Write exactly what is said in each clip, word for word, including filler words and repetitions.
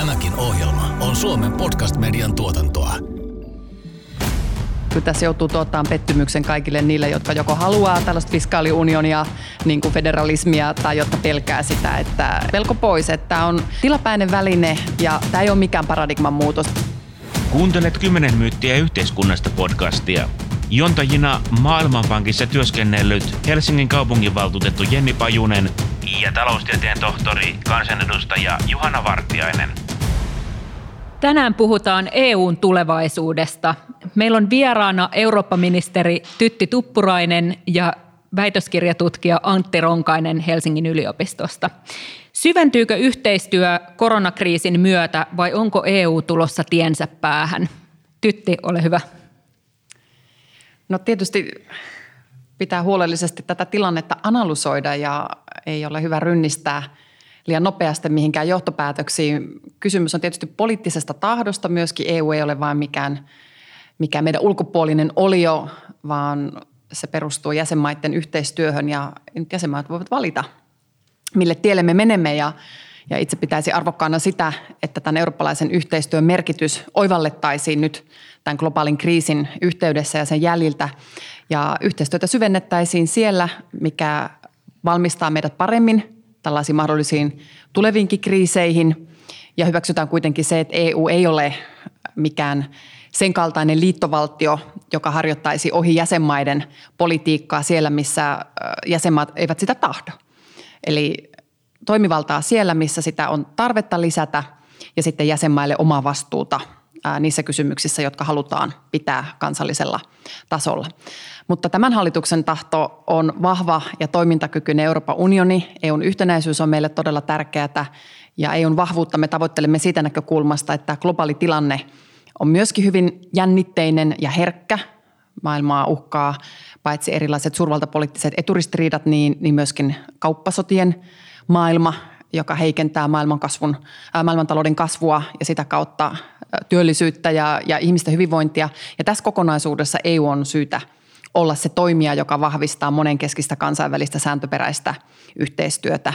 Tämäkin ohjelma on Suomen podcast-median tuotantoa. Kyllä tässä joutuu tuottamaan pettymyksen kaikille niille, jotka joko haluaa tällaista fiskaaliunionia, niin kuin federalismia, tai jotka pelkää sitä, että pelko pois, että tämä on tilapäinen väline ja tämä ei ole mikään paradigman muutos. Kuuntelet kymmenen myyttiä yhteiskunnasta podcastia. Jontajina Maailmanpankissa työskennellyt Helsingin kaupunginvaltuutettu Jenni Pajunen ja taloustieteen tohtori, kansanedustaja Juhana Vartiainen. Tänään puhutaan E U:n tulevaisuudesta. Meillä on vieraana Eurooppa-ministeri Tytti Tuppurainen ja väitöskirjatutkija Antti Ronkainen Helsingin yliopistosta. Syventyykö yhteistyö koronakriisin myötä vai onko E U tulossa tiensä päähän? Tytti, ole hyvä. No tietysti pitää huolellisesti tätä tilannetta analysoida ja ei ole hyvä rynnistää liian nopeasti mihinkään johtopäätöksiin. Kysymys on tietysti poliittisesta tahdosta. Myöskin E U ei ole vain mikään, mikään meidän ulkopuolinen olio, vaan se perustuu jäsenmaiden yhteistyöhön ja nyt jäsenmaat voivat valita, mille tielle me menemme. Ja, ja itse pitäisi arvokkaana sitä, että tämän eurooppalaisen yhteistyön merkitys oivallettaisiin nyt tämän globaalin kriisin yhteydessä ja sen jäljiltä. Ja yhteistyötä syvennettäisiin siellä, mikä valmistaa meidät paremmin tällaisiin mahdollisiin tuleviinkin kriiseihin. Ja hyväksytään kuitenkin se, että E U ei ole mikään sen kaltainen liittovaltio, joka harjoittaisi ohi jäsenmaiden politiikkaa siellä, missä jäsenmaat eivät sitä tahdo. Eli toimivaltaa siellä, missä sitä on tarvetta lisätä ja sitten jäsenmaille omaa vastuuta niissä kysymyksissä, jotka halutaan pitää kansallisella tasolla. Mutta tämän hallituksen tahto on vahva ja toimintakykyinen Euroopan unioni. E U:n yhtenäisyys on meille todella tärkeää ja E U:n vahvuutta me tavoittelemme siitä näkökulmasta, että globaali tilanne on myöskin hyvin jännitteinen ja herkkä. Maailmaa uhkaa paitsi erilaiset suurvaltapoliittiset eturistiriidat, niin, niin myöskin kauppasotien maailma, joka heikentää maailman kasvun, ää, maailmantalouden kasvua ja sitä kautta työllisyyttä ja, ja ihmisten hyvinvointia. Ja tässä kokonaisuudessa E U on syytä olla se toimija, joka vahvistaa monenkeskistä kansainvälistä sääntöperäistä yhteistyötä.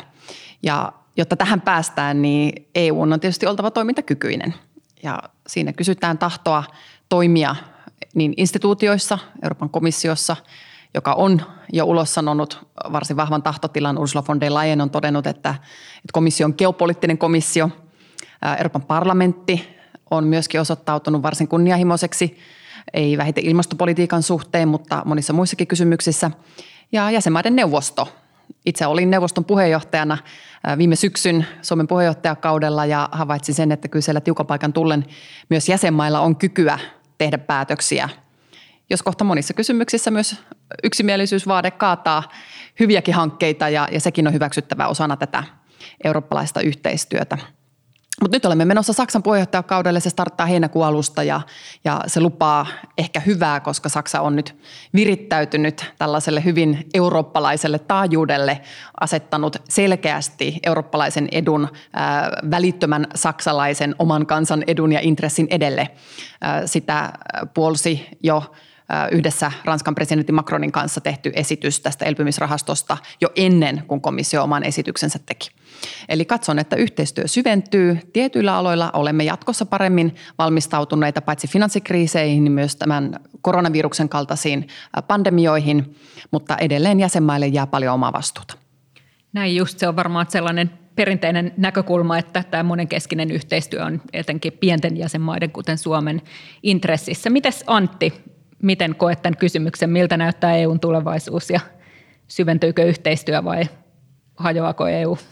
Ja jotta tähän päästään, niin E U on tietysti oltava toimintakykyinen. Ja siinä kysytään tahtoa toimia niin instituutioissa, Euroopan komissiossa, joka on jo ulos sanonut varsin vahvan tahtotilan. Ursula von der Leyen on todennut, että, että komissio on geopoliittinen komissio. Euroopan parlamentti on myöskin osoittautunut varsin kunnianhimoiseksi, ei vähiten ilmastopolitiikan suhteen, mutta monissa muissakin kysymyksissä. Ja jäsenmaiden neuvosto. Itse olin neuvoston puheenjohtajana viime syksyn Suomen puheenjohtajakaudella ja havaitsin sen, että kyllä siellä tiukan paikan tullen myös jäsenmailla on kykyä tehdä päätöksiä. Jos kohta monissa kysymyksissä myös yksimielisyysvaade kaataa hyviäkin hankkeita ja, ja sekin on hyväksyttävä osana tätä eurooppalaista yhteistyötä. Mutta nyt olemme menossa Saksan puheenjohtajakaudelle, se starttaa heinäkuun alusta ja, ja se lupaa ehkä hyvää, koska Saksa on nyt virittäytynyt tällaiselle hyvin eurooppalaiselle taajuudelle, asettanut selkeästi eurooppalaisen edun, ää, välittömän saksalaisen oman kansan edun ja intressin edelle. Ää, sitä puolsi jo yhdessä Ranskan presidentti Macronin kanssa tehty esitys tästä elpymisrahastosta jo ennen kuin komissio oman esityksensä teki. Eli katson, että yhteistyö syventyy. Tietyillä aloilla olemme jatkossa paremmin valmistautuneita paitsi finanssikriiseihin, niin myös tämän koronaviruksen kaltaisiin pandemioihin, mutta edelleen jäsenmaille jää paljon omaa vastuuta. Näin just, se on varmaan sellainen perinteinen näkökulma, että tämä monenkeskinen yhteistyö on etenkin pienten jäsenmaiden, kuten Suomen, intressissä. Mites Antti, miten koet tämän kysymyksen, miltä näyttää E U:n tulevaisuus ja syventyykö yhteistyö vai hajoako E U?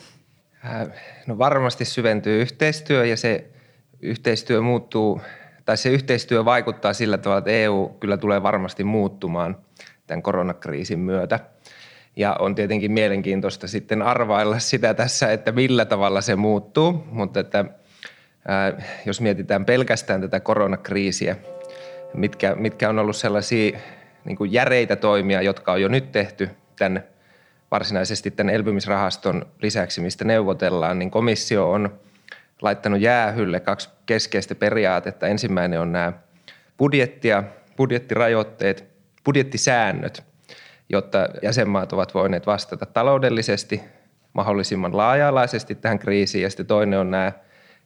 No varmasti syventyy yhteistyö ja se yhteistyö muuttuu, tai se yhteistyö vaikuttaa sillä tavalla, että E U kyllä tulee varmasti muuttumaan tämän koronakriisin myötä. Ja on tietenkin mielenkiintoista sitten arvailla sitä tässä, että millä tavalla se muuttuu, mutta että ää, jos mietitään pelkästään tätä koronakriisiä, mitkä, mitkä on ollut sellaisia niin kuin järeitä toimia, jotka on jo nyt tehty tämän varsinaisesti tämän elpymisrahaston lisäksi, mistä neuvotellaan, niin komissio on laittanut jäähylle kaksi keskeistä periaatetta. Ensimmäinen on nämä budjettia, budjettirajoitteet, budjettisäännöt, jotta jäsenmaat ovat voineet vastata taloudellisesti mahdollisimman laaja-alaisesti tähän kriisiin. Ja sitten toinen on nämä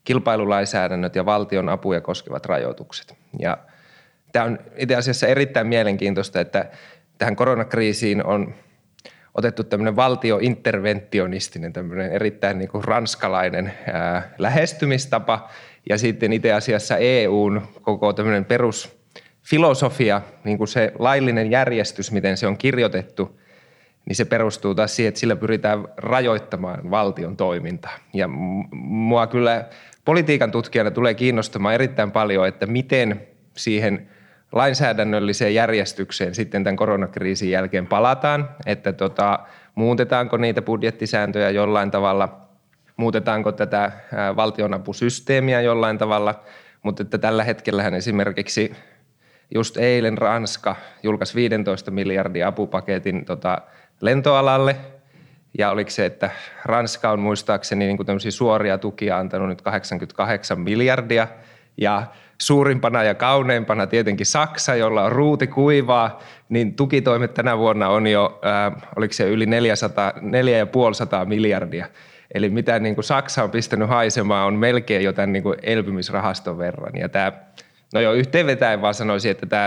kilpailulainsäädännöt ja valtion apuja koskevat rajoitukset. Ja tämä on itse asiassa erittäin mielenkiintoista, että tähän koronakriisiin on otettu tämmöinen valtiointerventionistinen, tämmöinen erittäin niin kuin ranskalainen ää, lähestymistapa. Ja sitten itse asiassa E U:n koko tämmöinen perusfilosofia, niin kuin se laillinen järjestys, miten se on kirjoitettu, niin se perustuu taas siihen, että sillä pyritään rajoittamaan valtion toimintaa. Ja mua kyllä politiikan tutkijana tulee kiinnostamaan erittäin paljon, että miten siihen lainsäädännölliseen järjestykseen sitten tämän koronakriisin jälkeen palataan, että tota, muutetaanko niitä budjettisääntöjä jollain tavalla, muutetaanko tätä valtionapusysteemiä jollain tavalla, mutta että tällä hetkellähän esimerkiksi just eilen Ranska julkaisi viisitoista miljardin apupaketin tota, lentoalalle, ja oliko se, että Ranska on muistaakseni niin kuin tämmöisiä suoria tukia antanut nyt kahdeksankymmentäkahdeksan miljardia, ja suurimpana ja kauneimpana tietenkin Saksa, jolla on ruuti kuivaa, niin tukitoimet tänä vuonna on jo, äh, oliko se yli neljäsataa, neljäsataaviisikymmentä miljardia. Eli mitä niin kuin Saksa on pistänyt haisemaan, on melkein jo tämän niin kuin elpymisrahaston verran. Ja tämä, no jo yhteenvetäen vaan sanoisin, että tämä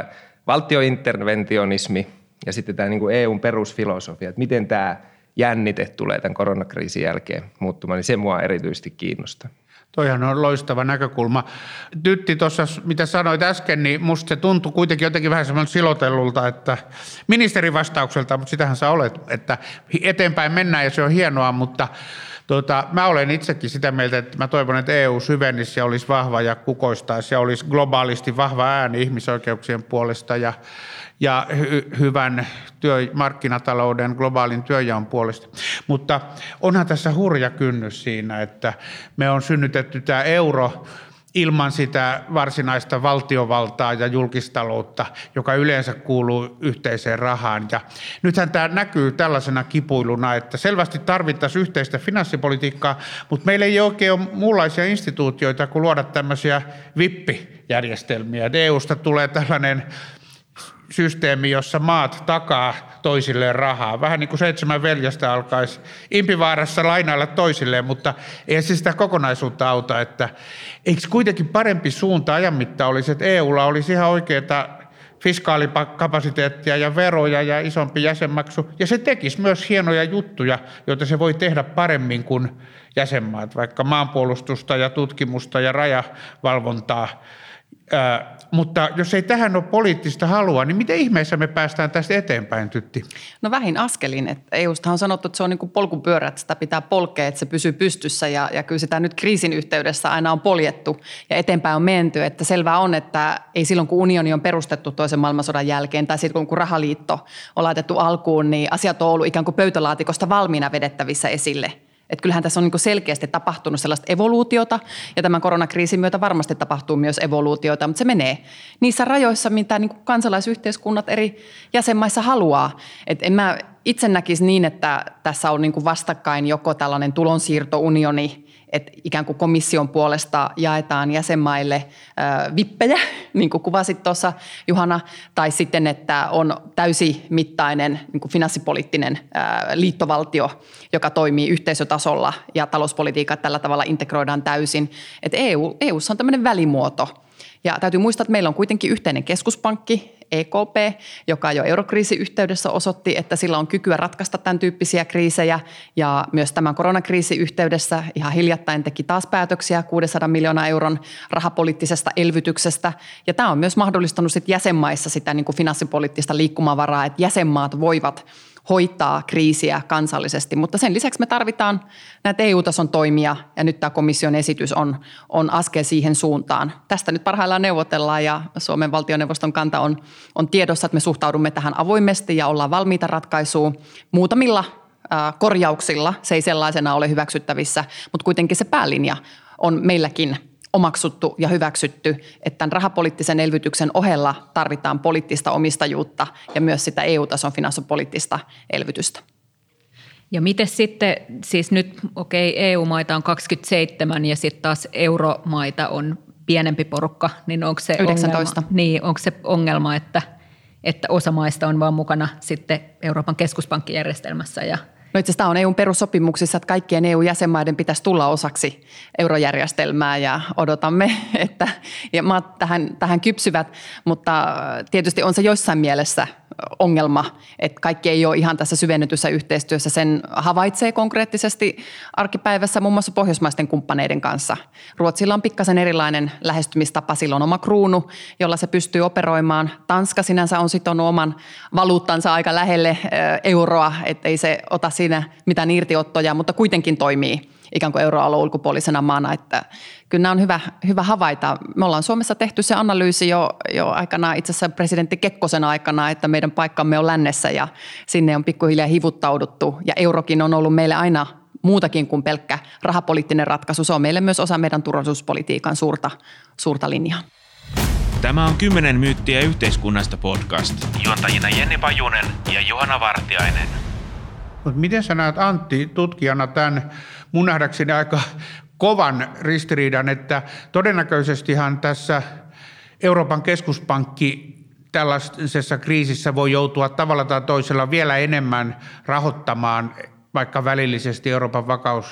valtiointerventionismi ja sitten tämä niin kuin E U:n perusfilosofia, että miten tämä jännite tulee tämän koronakriisin jälkeen muuttumaan, niin se mua erityisesti kiinnostaa. Toihan on loistava näkökulma. Tytti tuossa, mitä sanoit äsken, niin musta se tuntui kuitenkin jotenkin vähän semmoinen silotellulta, että ministerin vastaukselta, mutta sitähän sä olet, että eteenpäin mennään ja se on hienoa, mutta Tuota, mä olen itsekin sitä mieltä, että mä toivon, että E U syvennisi ja olisi vahva ja kukoistaisi ja olisi globaalisti vahva ääni ihmisoikeuksien puolesta ja, ja hy, hyvän työ, markkinatalouden globaalin työnjaon puolesta. Mutta onhan tässä hurja kynnys siinä, että me on synnytetty tämä euro ilman sitä varsinaista valtiovaltaa ja julkistaloutta, joka yleensä kuuluu yhteiseen rahaan. Ja nythän tämä näkyy tällaisena kipuiluna, että selvästi tarvittaisiin yhteistä finanssipolitiikkaa, mutta meillä ei oikein ole muunlaisia instituutioita kuin luoda tämmöisiä vippijärjestelmiä. E U:sta tulee tällainen systeemi, jossa maat takaa toisilleen rahaa. Vähän niin kuin seitsemän veljestä alkaisi Impivaarassa lainailla toisilleen, mutta ei se sitä kokonaisuutta auta. Että eikö kuitenkin parempi suunta ajan mittaan olisi, että E U:lla olisi ihan oikeaa fiskaalikapasiteettia ja veroja ja isompi jäsenmaksu. Ja se tekisi myös hienoja juttuja, joita se voi tehdä paremmin kuin jäsenmaat, vaikka maanpuolustusta ja tutkimusta ja rajavalvontaa. Ää, mutta jos ei tähän ole poliittista halua, niin miten ihmeessä me päästään tästä eteenpäin, Tytti? No vähin askelin. Että E U:sta on sanottu, että se on niin kuin polkupyörä, että sitä pitää polkea, että se pysyy pystyssä ja, ja kyllä sitä nyt kriisin yhteydessä aina on poljettu ja eteenpäin on menty. Että selvää on, että ei silloin kun unioni on perustettu toisen maailmansodan jälkeen tai sitten kun rahaliitto on laitettu alkuun, niin asiat on ollut ikään kuin pöytälaatikosta valmiina vedettävissä esille. Että kyllähän tässä on niin kuin selkeästi tapahtunut sellaista evoluutiota ja tämän koronakriisin myötä varmasti tapahtuu myös evoluutiota, mutta se menee niissä rajoissa, mitä niin kuin kansalaisyhteiskunnat eri jäsenmaissa haluaa. Et en mä itse näkisi niin, että tässä on niin kuin vastakkain joko tällainen tulonsiirtounioni, että ikään kuin komission puolesta jaetaan jäsenmaille äh, vippejä, niin kuin kuvasit tuossa Juhana, tai sitten, että on täysimittainen niin kuin finanssipoliittinen äh, liittovaltio, joka toimii yhteisötasolla ja talouspolitiikat tällä tavalla integroidaan täysin. Että E U, E U:ssa on tämmöinen välimuoto. Ja täytyy muistaa, että meillä on kuitenkin yhteinen keskuspankki, E K P, joka jo eurokriisin yhteydessä osoitti, että sillä on kykyä ratkaista tämän tyyppisiä kriisejä. Ja myös tämän koronakriisin yhteydessä ihan hiljattain teki taas päätöksiä kuusisataa miljoonaa euron rahapoliittisesta elvytyksestä. Ja tämä on myös mahdollistanut sit jäsenmaissa sitä niin kuin finanssipoliittista liikkumavaraa, että jäsenmaat voivat hoitaa kriisiä kansallisesti, mutta sen lisäksi me tarvitaan näitä E U-tason toimia ja nyt tämä komission esitys on, on askel siihen suuntaan. Tästä nyt parhaillaan neuvotellaan ja Suomen valtioneuvoston kanta on, on tiedossa, että me suhtaudumme tähän avoimesti ja ollaan valmiita ratkaisuun muutamilla äh, korjauksilla. Se ei sellaisena ole hyväksyttävissä, mutta kuitenkin se päälinja on meilläkin omaksuttu ja hyväksytty, että tämän rahapoliittisen elvytyksen ohella tarvitaan poliittista omistajuutta ja myös sitä E U-tason finanssipoliittista elvytystä. Ja miten sitten, siis nyt okei, okay, E U-maita on kaksikymmentäseitsemän ja sitten taas euromaita on pienempi porukka, niin onko se yhdeksäntoista. Ongelma, niin onko se ongelma, että, että osa maista on vaan mukana sitten Euroopan keskuspankkijärjestelmässä ja No itse asiassa tämä on E U:n perussopimuksissa, että kaikkien E U-jäsenmaiden pitäisi tulla osaksi eurojärjestelmää ja odotamme, että ja maat tähän, tähän kypsyvät, mutta tietysti on se joissain mielessä ongelma, että kaikki ei ole ihan tässä syvennetyssä yhteistyössä. Sen havaitsee konkreettisesti arkipäivässä muun muassa pohjoismaisten kumppaneiden kanssa. Ruotsilla on pikkasen erilainen lähestymistapa, sillä on oma kruunu, jolla se pystyy operoimaan. Tanska sinänsä on sitonut oman valuuttansa aika lähelle euroa, ettei se ota siinä mitään irtiottoja, mutta kuitenkin toimii ikään kuin euroalueen ulkopuolisena maana, että kyllä nämä on hyvä, hyvä havaita. Me ollaan Suomessa tehty se analyysi jo, jo aikanaan itse asiassa presidentti Kekkosen aikana, että meidän paikkamme on lännessä ja sinne on pikkuhiljaa hivuttauduttu ja eurokin on ollut meille aina muutakin kuin pelkkä rahapoliittinen ratkaisu. Se on meille myös osa meidän turvallisuuspolitiikan suurta, suurta linjaa. Tämä on kymmenen myyttiä yhteiskunnasta podcast. Juontajina Jenni Pajunen ja Johanna Vartiainen. Mutta miten sä näet, Antti, tutkijana tämän mun nähdäkseni aika kovan ristiriidan, että todennäköisestihan tässä Euroopan keskuspankki tällaisessa kriisissä voi joutua tavalla tai toisella vielä enemmän rahoittamaan vaikka välillisesti Euroopan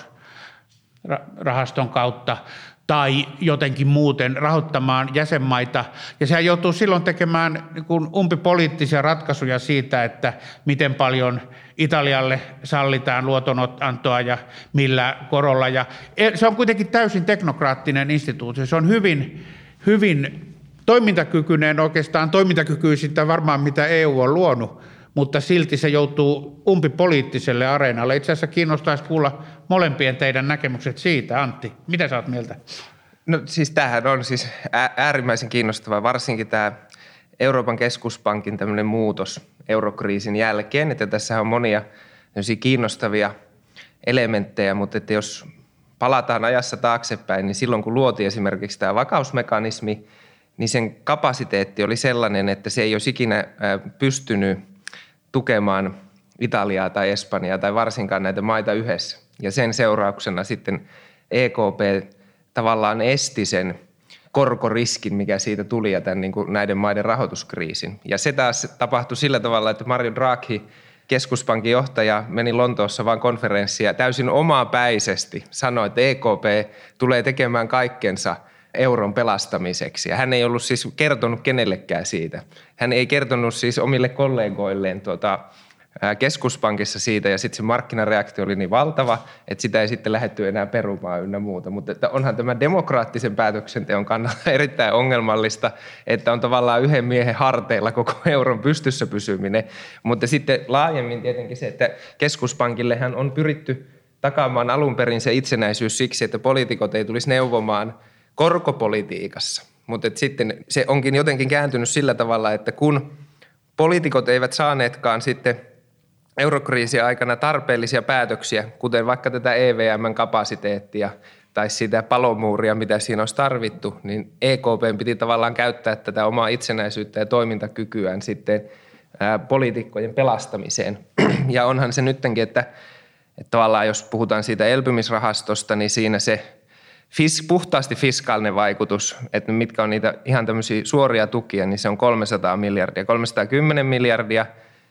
vakausrahaston kautta tai jotenkin muuten rahoittamaan jäsenmaita. Ja sehän joutuu silloin tekemään niin kuin umpipoliittisia ratkaisuja siitä, että miten paljon Italialle sallitaan luotonantoa ja millä korolla. Ja se on kuitenkin täysin teknokraattinen instituutio. Se on hyvin, hyvin toimintakykyinen, oikeastaan toimintakykyisintä varmaan mitä E U on luonut, mutta silti se joutuu umpipoliittiselle areenalle. Itse asiassa kiinnostaisi kuulla molempien teidän näkemykset siitä. Antti, mitä sä oot mieltä? No siis tämähän on siis äärimmäisen kiinnostavaa, varsinkin tämä Euroopan keskuspankin tämmöinen muutos eurokriisin jälkeen, että tässä on monia kiinnostavia elementtejä, mutta että jos palataan ajassa taaksepäin, niin silloin kun luotiin esimerkiksi tämä vakausmekanismi, niin sen kapasiteetti oli sellainen, että se ei olisi ikinä pystynyt tukemaan Italiaa tai Espanjaa tai varsinkaan näitä maita yhdessä. Ja sen seurauksena sitten E K P tavallaan esti sen korkoriskin, mikä siitä tuli ja tämän, niin kuin näiden maiden rahoituskriisin. Ja se taas tapahtui sillä tavalla, että Mario Draghi, keskuspankin johtaja, meni Lontoossa vaan konferenssia täysin omapäisesti, sanoi, että E K P tulee tekemään kaikkensa euron pelastamiseksi. Ja hän ei ollut siis kertonut kenellekään siitä. Hän ei kertonut siis omille kollegoilleen tuota, keskuspankissa siitä, ja sitten se markkinareaktio oli niin valtava, että sitä ei sitten lähdetty enää perumaan ynnä muuta. Mutta että onhan tämä demokraattisen päätöksenteon kannalta erittäin ongelmallista, että on tavallaan yhden miehen harteilla koko euron pystyssä pysyminen. Mutta sitten laajemmin tietenkin se, että keskuspankillehan on pyritty takaamaan alun perin se itsenäisyys siksi, että poliitikot ei tulisi neuvomaan korkopolitiikassa. Mutta sitten se onkin jotenkin kääntynyt sillä tavalla, että kun poliitikot eivät saaneetkaan sitten eurokriisin aikana tarpeellisia päätöksiä, kuten vaikka tätä E V M:n kapasiteettia tai sitä palomuuria, mitä siinä olisi tarvittu, niin E K P:n piti tavallaan käyttää tätä omaa itsenäisyyttä ja toimintakykyään sitten ää, poliitikkojen pelastamiseen. Ja onhan se nyttenkin, että, että tavallaan jos puhutaan siitä elpymisrahastosta, niin siinä se fis, puhtaasti fiskaalinen vaikutus, että mitkä on niitä ihan tämmöisiä suoria tukia, niin se on kolmesataa miljardia, kolmesataakymmenen miljardia.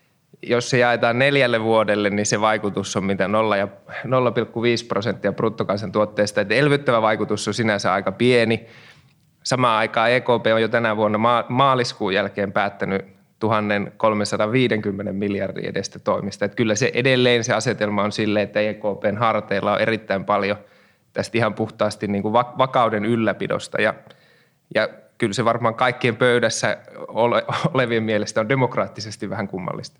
Jos se jaetaan neljälle vuodelle, niin se vaikutus on mitä nolla pilkku viisi prosenttia bruttokansantuotteesta. Että elvyttävä vaikutus on sinänsä aika pieni. Samaan aikaan E K P on jo tänä vuonna maaliskuun jälkeen päättänyt tuhatkolmesataaviisikymmentä miljardia edestä toimista. Että kyllä se edelleen se asetelma on silleen, että E K P:n harteilla on erittäin paljon tästä ihan puhtaasti niin kuin vakauden ylläpidosta. Ja, ja kyllä se varmaan kaikkien pöydässä ole, olevien mielestä on demokraattisesti vähän kummallista.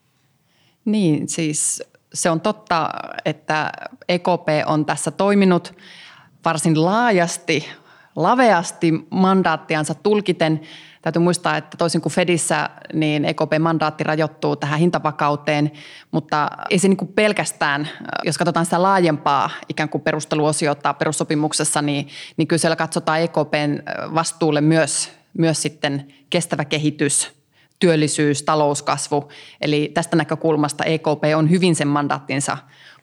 Niin, siis se on totta, että E K P on tässä toiminut varsin laajasti, laveasti mandaattiansa tulkiten. Täytyy muistaa, että toisin kuin Fedissä, niin E K P-mandaatti rajoittuu tähän hintavakauteen, mutta ei se niin kuin pelkästään, jos katsotaan sitä laajempaa ikään kuin perusteluosiota perussopimuksessa, niin, niin kyllä siellä katsotaan E K P:n vastuulle myös, myös sitten kestävä kehitys, työllisyys, talouskasvu. Eli tästä näkökulmasta E K P on hyvin sen mandaattinsa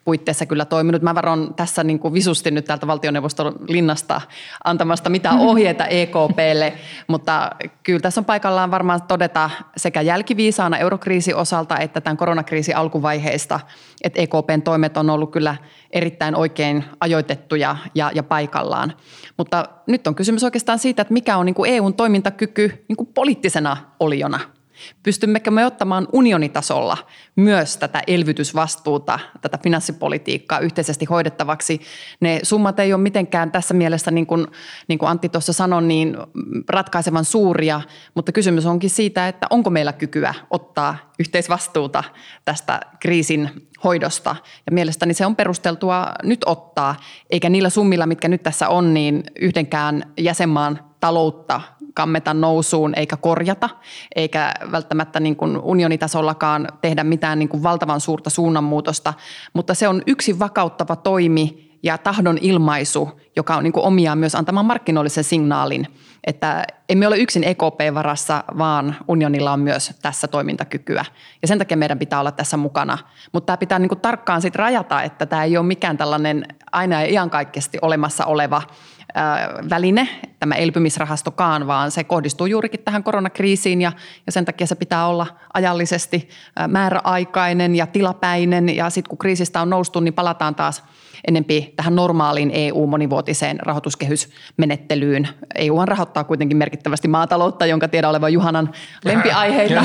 puitteissa kyllä toiminut. Mä varon tässä niin kuin visusti nyt täältä valtioneuvoston linnasta antamasta mitään ohjeita E K P:lle, mutta kyllä tässä on paikallaan varmaan todeta sekä jälkiviisaana eurokriisin osalta että tämän koronakriisin alkuvaiheista, että E K P:n toimet on ollut kyllä erittäin oikein ajoitettuja ja, ja paikallaan. Mutta nyt on kysymys oikeastaan siitä, että mikä on niin kuin E U:n toimintakyky niin kuin poliittisena oliona. Pystymmekö me ottamaan unionitasolla myös tätä elvytysvastuuta, tätä finanssipolitiikkaa yhteisesti hoidettavaksi? Ne summat ei ole mitenkään tässä mielessä, niin kuin, niin kuin Antti tuossa sanoi, niin ratkaisevan suuria, mutta kysymys onkin siitä, että onko meillä kykyä ottaa yhteisvastuuta tästä kriisin hoidosta. Ja mielestäni se on perusteltua nyt ottaa, eikä niillä summilla, mitkä nyt tässä on, niin yhdenkään jäsenmaan taloutta kammeta nousuun eikä korjata, eikä välttämättä niin kuin unionitasollakaan tehdä mitään niin kuin valtavan suurta suunnanmuutosta, mutta se on yksi vakauttava toimi ja tahdon ilmaisu, joka on niin kuin omiaan myös antamaan markkinoillisen signaalin, että emme ole yksin E K P-varassa, vaan unionilla on myös tässä toimintakykyä. Ja sen takia meidän pitää olla tässä mukana. Mutta tämä pitää niin kuin tarkkaan sit rajata, että tämä ei ole mikään tällainen aina ja iankaikkisesti olemassa oleva väline, tämä elpymisrahastokaan, vaan se kohdistuu juurikin tähän koronakriisiin ja, ja sen takia se pitää olla ajallisesti määräaikainen ja tilapäinen ja sitten kun kriisistä on noustu, niin palataan taas enempi tähän normaaliin E U-monivuotiseen rahoituskehysmenettelyyn. E U rahoittaa kuitenkin merkittävästi maataloutta, jonka tiedän olevan Juhanan lempiaiheita,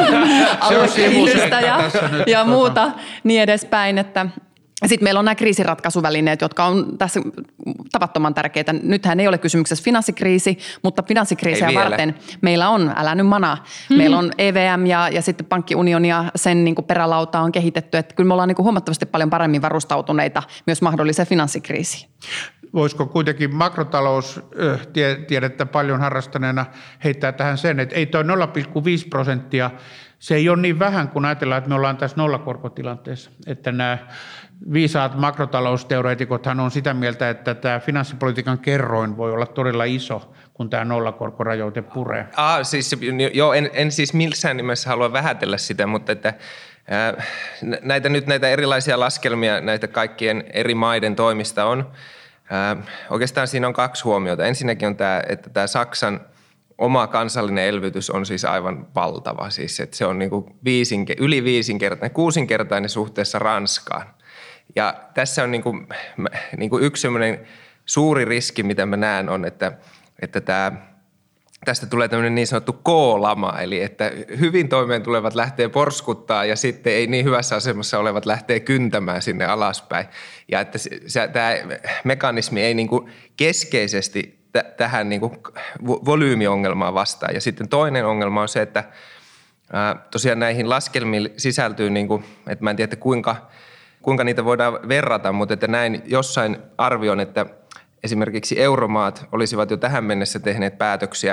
aluekehitystä ja, ja muuta niin edespäin, että sitten meillä on nämä kriisiratkaisuvälineet, jotka on tässä tavattoman tärkeitä. Nythän ei ole kysymyksessä finanssikriisi, mutta finanssikriisiä varten meillä on, älä nyt mana, mm-hmm. meillä on E V M ja, ja sitten pankkiunioni ja sen niin kuin perälauta on kehitetty. Että kyllä me ollaan niin kuin huomattavasti paljon paremmin varustautuneita myös mahdolliseen finanssikriisiin. Voisiko kuitenkin makrotaloustiedettä paljon harrastaneena heittää tähän sen, että ei tuo nolla pilkku viisi prosenttia, se ei ole niin vähän, kun ajatellaan, että me ollaan tässä nollakorkotilanteessa, että nämä viisaat makrotalousteoreetikothan on sitä mieltä, että tämä finanssipolitiikan kerroin voi olla todella iso, kun tämä nollakorkorajoite puree. Ah, siis, joo, en, en siis missään nimessä halua vähätellä sitä, mutta että ää, näitä nyt näitä erilaisia laskelmia näitä kaikkien eri maiden toimista on. Ää, oikeastaan siinä on kaksi huomiota. Ensinnäkin on tämä, että tämä Saksan oma kansallinen elvytys on siis aivan valtava. Siis, että se on niin kuin viisinke, yli viisinkertainen, kuusinkertainen suhteessa Ranskaan. Ja tässä on niin kuin, niin kuin yksi sellainen suuri riski, mitä mä näen, on, että, että tämä, tästä tulee tämmöinen niin sanottu K-lama, eli että hyvin toimeen tulevat lähtee porskuttaa ja sitten ei niin hyvässä asemassa olevat lähtee kyntämään sinne alaspäin. Ja että se, se, tämä mekanismi ei niin kuin keskeisesti t- tähän niin kuin volyymiongelmaan vastaa. Ja sitten toinen ongelma on se, että ää, tosiaan näihin laskelmiin sisältyy, niin kuin, että mä en tiedä kuinka, kuinka niitä voidaan verrata, mutta että näin jossain arvion, että esimerkiksi euromaat olisivat jo tähän mennessä tehneet päätöksiä,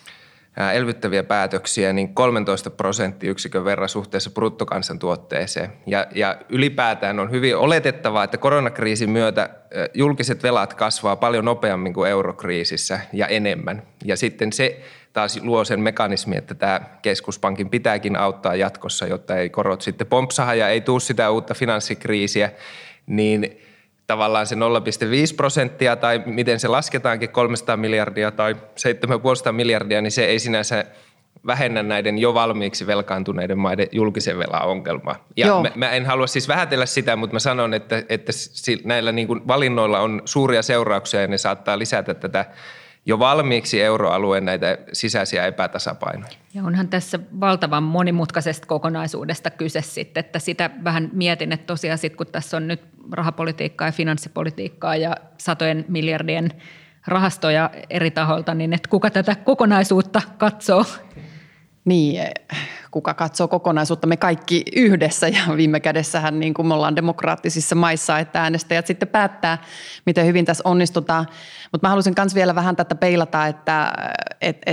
ää, elvyttäviä päätöksiä, niin kolmetoista prosenttiyksikön verran suhteessa bruttokansantuotteeseen. Ja, ja ylipäätään on hyvin oletettavaa, että koronakriisin myötä ää, julkiset velat kasvaa paljon nopeammin kuin eurokriisissä ja enemmän. Ja sitten se taas luo sen mekanismi, että tämä keskuspankin pitääkin auttaa jatkossa, jotta ei korot sitten pompsaha ja ei tule sitä uutta finanssikriisiä, niin tavallaan se nolla pilkku viisi prosenttia tai miten se lasketaankin kolmesataa miljardia tai seitsemänsataa miljardia, niin se ei sinänsä vähennä näiden jo valmiiksi velkaantuneiden maiden julkisen velan ongelmaa. Ja mä, mä en halua siis vähätellä sitä, mutta mä sanon, että, että näillä niin kuin valinnoilla on suuria seurauksia ja ne saattaa lisätä tätä jo valmiiksi euroalueen näitä sisäisiä epätasapainoja. Ja onhan tässä valtavan monimutkaisesta kokonaisuudesta kyse sitten, että sitä vähän mietin, että tosiaan sit, kun tässä on nyt rahapolitiikkaa ja finanssipolitiikkaa ja satojen miljardien rahastoja eri tahoilta, niin että kuka tätä kokonaisuutta katsoo? Niin, kuka katsoo kokonaisuutta, me kaikki yhdessä ja viime kädessähän niin kuin me ollaan demokraattisissa maissa, että äänestäjät sitten päättää, miten hyvin tässä onnistutaan. Mutta mä haluaisin myös vielä vähän tätä peilata, että et, et,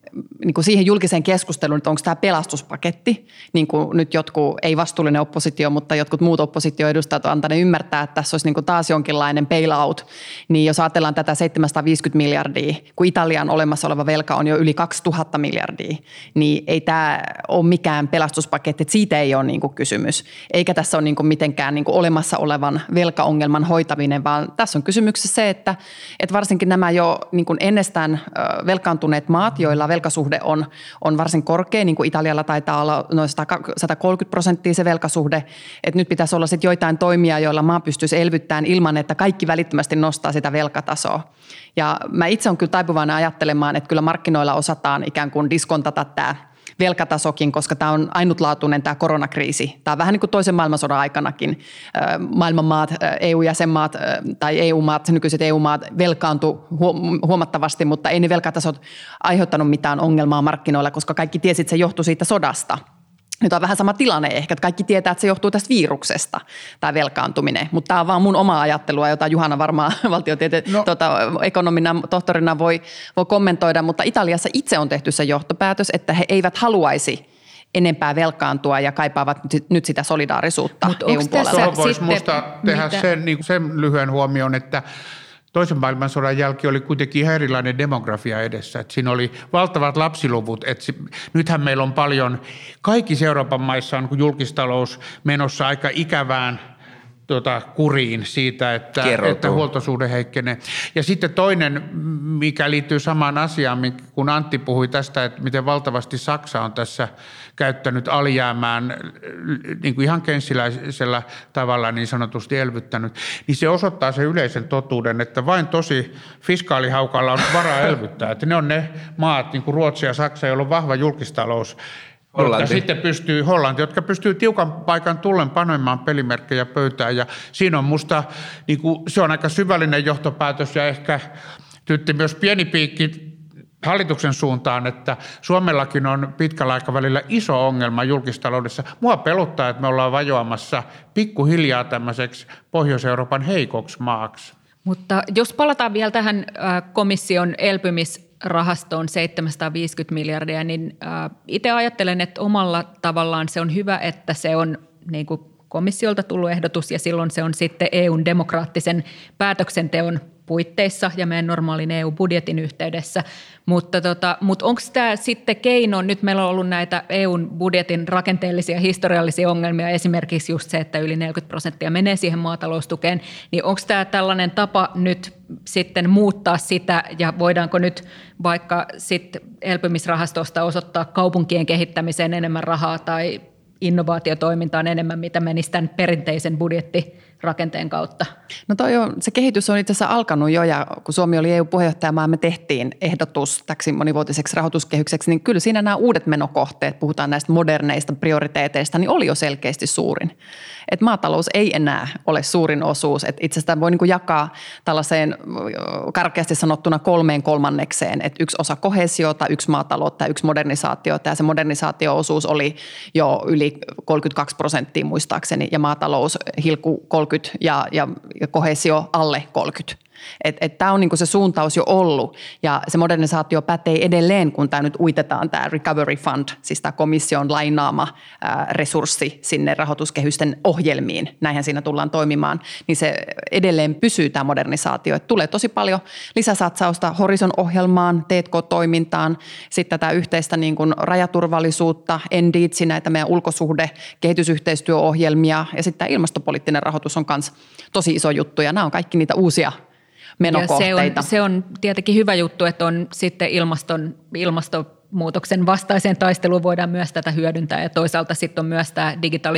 niin kuin siihen julkiseen keskusteluun, että onko tämä pelastuspaketti, niin kuin nyt jotkut, ei vastuullinen oppositio, mutta jotkut muut oppositioedustajat on antaneet ymmärtää, että tässä olisi niin kuin taas jonkinlainen bailout, niin jos ajatellaan tätä seitsemänsataaviisikymmentä miljardia, kun Italian olemassa oleva velka on jo yli kaksituhatta miljardia, niin ei tämä ole mikään pelastuspaketti, että siitä ei ole niin kuin kysymys, eikä tässä ole niin kuin mitenkään niin kuin olemassa olevan velkaongelman hoitaminen, vaan tässä on kysymyksessä se, että, että varsinkin nämä jo niin kuin ennestään velkaantuneet maat, joilla velkasuhde on, on varsin korkea, niin kuin Italialla taitaa olla noin sata kolmekymmentä prosenttia se velkasuhde, että nyt pitäisi olla sitten joitain toimia, joilla maa pystyisi elvyttämään ilman, että kaikki välittömästi nostaa sitä velkatasoa. Ja mä itse on kyllä taipuvainen ajattelemaan, että kyllä markkinoilla osataan ikään kuin diskontata tämä velkatasokin, koska tämä on ainutlaatuinen tämä koronakriisi. Tämä on vähän niin kuin toisen maailmansodan aikanakin. Maailmanmaat, E U-jäsenmaat tai E U-maat, nykyiset E U-maat velkaantui huomattavasti, mutta ei ne velkatasot aiheuttanut mitään ongelmaa markkinoilla, koska kaikki tiesi, että se johtui siitä sodasta. Nyt on vähän sama tilanne ehkä, että kaikki tietää, että se johtuu tästä viruksesta, tämä velkaantuminen. Mutta tämä on vaan mun oma ajattelua, jota Juhana varmaan valtiotieteen no. tuota, ekonomina, tohtorina voi, voi kommentoida. Mutta Italiassa itse on tehty se johtopäätös, että he eivät haluaisi enempää velkaantua ja kaipaavat nyt sitä solidaarisuutta E U:n puolella. Tuohon voisi musta tehdä sen, niin sen lyhyen huomion, että toisen maailmansodan jälkeen oli kuitenkin ihan erilainen demografia edessä. Että siinä oli valtavat lapsiluvut. Että se, nythän meillä on paljon, kaikissa Euroopan maissa on julkistalous menossa aika ikävään tuota, kuriin siitä, että, että huoltosuhde heikkenee. Ja sitten toinen, mikä liittyy samaan asiaan, kun Antti puhui tästä, että miten valtavasti Saksa on tässä käyttänyt alijäämään niin kuin ihan keynesiläisellä tavalla niin sanotusti elvyttänyt, niin se osoittaa sen yleisen totuuden, että vain tosi fiskaalihaukalla on varaa elvyttää. Että ne on ne maat, niin kuin Ruotsi ja Saksa, joilla on vahva julkistalous, Hollanti. Jotka sitten pystyy, Hollanti, jotka pystyy tiukan paikan tullen panemaan pelimerkkejä pöytään. Ja siinä on musta, niin kuin, se on aika syvällinen johtopäätös ja ehkä tytti myös pieni piikki hallituksen suuntaan, että Suomellakin on pitkällä aikavälillä iso ongelma julkistaloudessa. Mua pelottaa, että me ollaan vajoamassa pikkuhiljaa tämmöiseksi Pohjois-Euroopan heikoksi maaksi. Mutta jos palataan vielä tähän komission elpymisrahastoon seitsemänsataaviisikymmentä miljardia, niin itse ajattelen, että omalla tavallaan se on hyvä, että se on niin kuin komissiolta tullut ehdotus ja silloin se on sitten E U:n demokraattisen päätöksenteon puitteissa ja meidän normaalin E U-budjetin yhteydessä, mutta, tota, mutta onko tämä sitten keino, nyt meillä on ollut näitä E U:n budjetin rakenteellisia historiallisia ongelmia, esimerkiksi just se, että yli neljäkymmentä prosenttia menee siihen maataloustukeen, niin onko tämä tällainen tapa nyt sitten muuttaa sitä ja voidaanko nyt vaikka sitten elpymisrahastosta osoittaa kaupunkien kehittämiseen enemmän rahaa tai innovaatiotoimintaan enemmän, mitä menisi tämän perinteisen budjettirakenteen kautta? No toi on, se kehitys on itse asiassa alkanut jo, ja kun Suomi oli E U-puheenjohtajamaa, me tehtiin ehdotus täksi monivuotiseksi rahoituskehykseksi, niin kyllä siinä nämä uudet menokohteet, puhutaan näistä moderneista prioriteeteista, niin oli jo selkeästi suurin. Et maatalous ei enää ole suurin osuus, että itse asiassa voi niinku jakaa tällaiseen karkeasti sanottuna kolmeen kolmannekseen, että yksi osa koheesiota, yksi maataloutta ja yksi modernisaatiota, ja se modernisaatio-osuus oli jo yli kolmekymmentäkaksi prosenttia muistaakseni, ja maatalous hilku kolmekymmentä ja, ja, ja koheesio alle kolmekymmentä. Että et tämä on niinku se suuntaus jo ollut, ja se modernisaatio pätee edelleen, kun tämä nyt uitetaan tämä Recovery Fund, siis tämä komission lainaama ää, resurssi sinne rahoituskehysten ohjelmiin, näinhän siinä tullaan toimimaan, niin se edelleen pysyy tämä modernisaatio. Et tulee tosi paljon lisäsatsausta Horizon-ohjelmaan, T and K-toimintaan, sitten tätä yhteistä niin kuin rajaturvallisuutta, N D I T S, näitä meidän ulkosuhde, kehitysyhteistyöohjelmia, ja sitten tämä ilmastopoliittinen rahoitus on myös tosi iso juttu, ja nämä on kaikki niitä uusia menokohteita. Ja se on, se on tietenkin hyvä juttu, että on sitten ilmaston, ilmastonmuutoksen vastaiseen taisteluun voidaan myös tätä hyödyntää, ja toisaalta sitten on myös tämä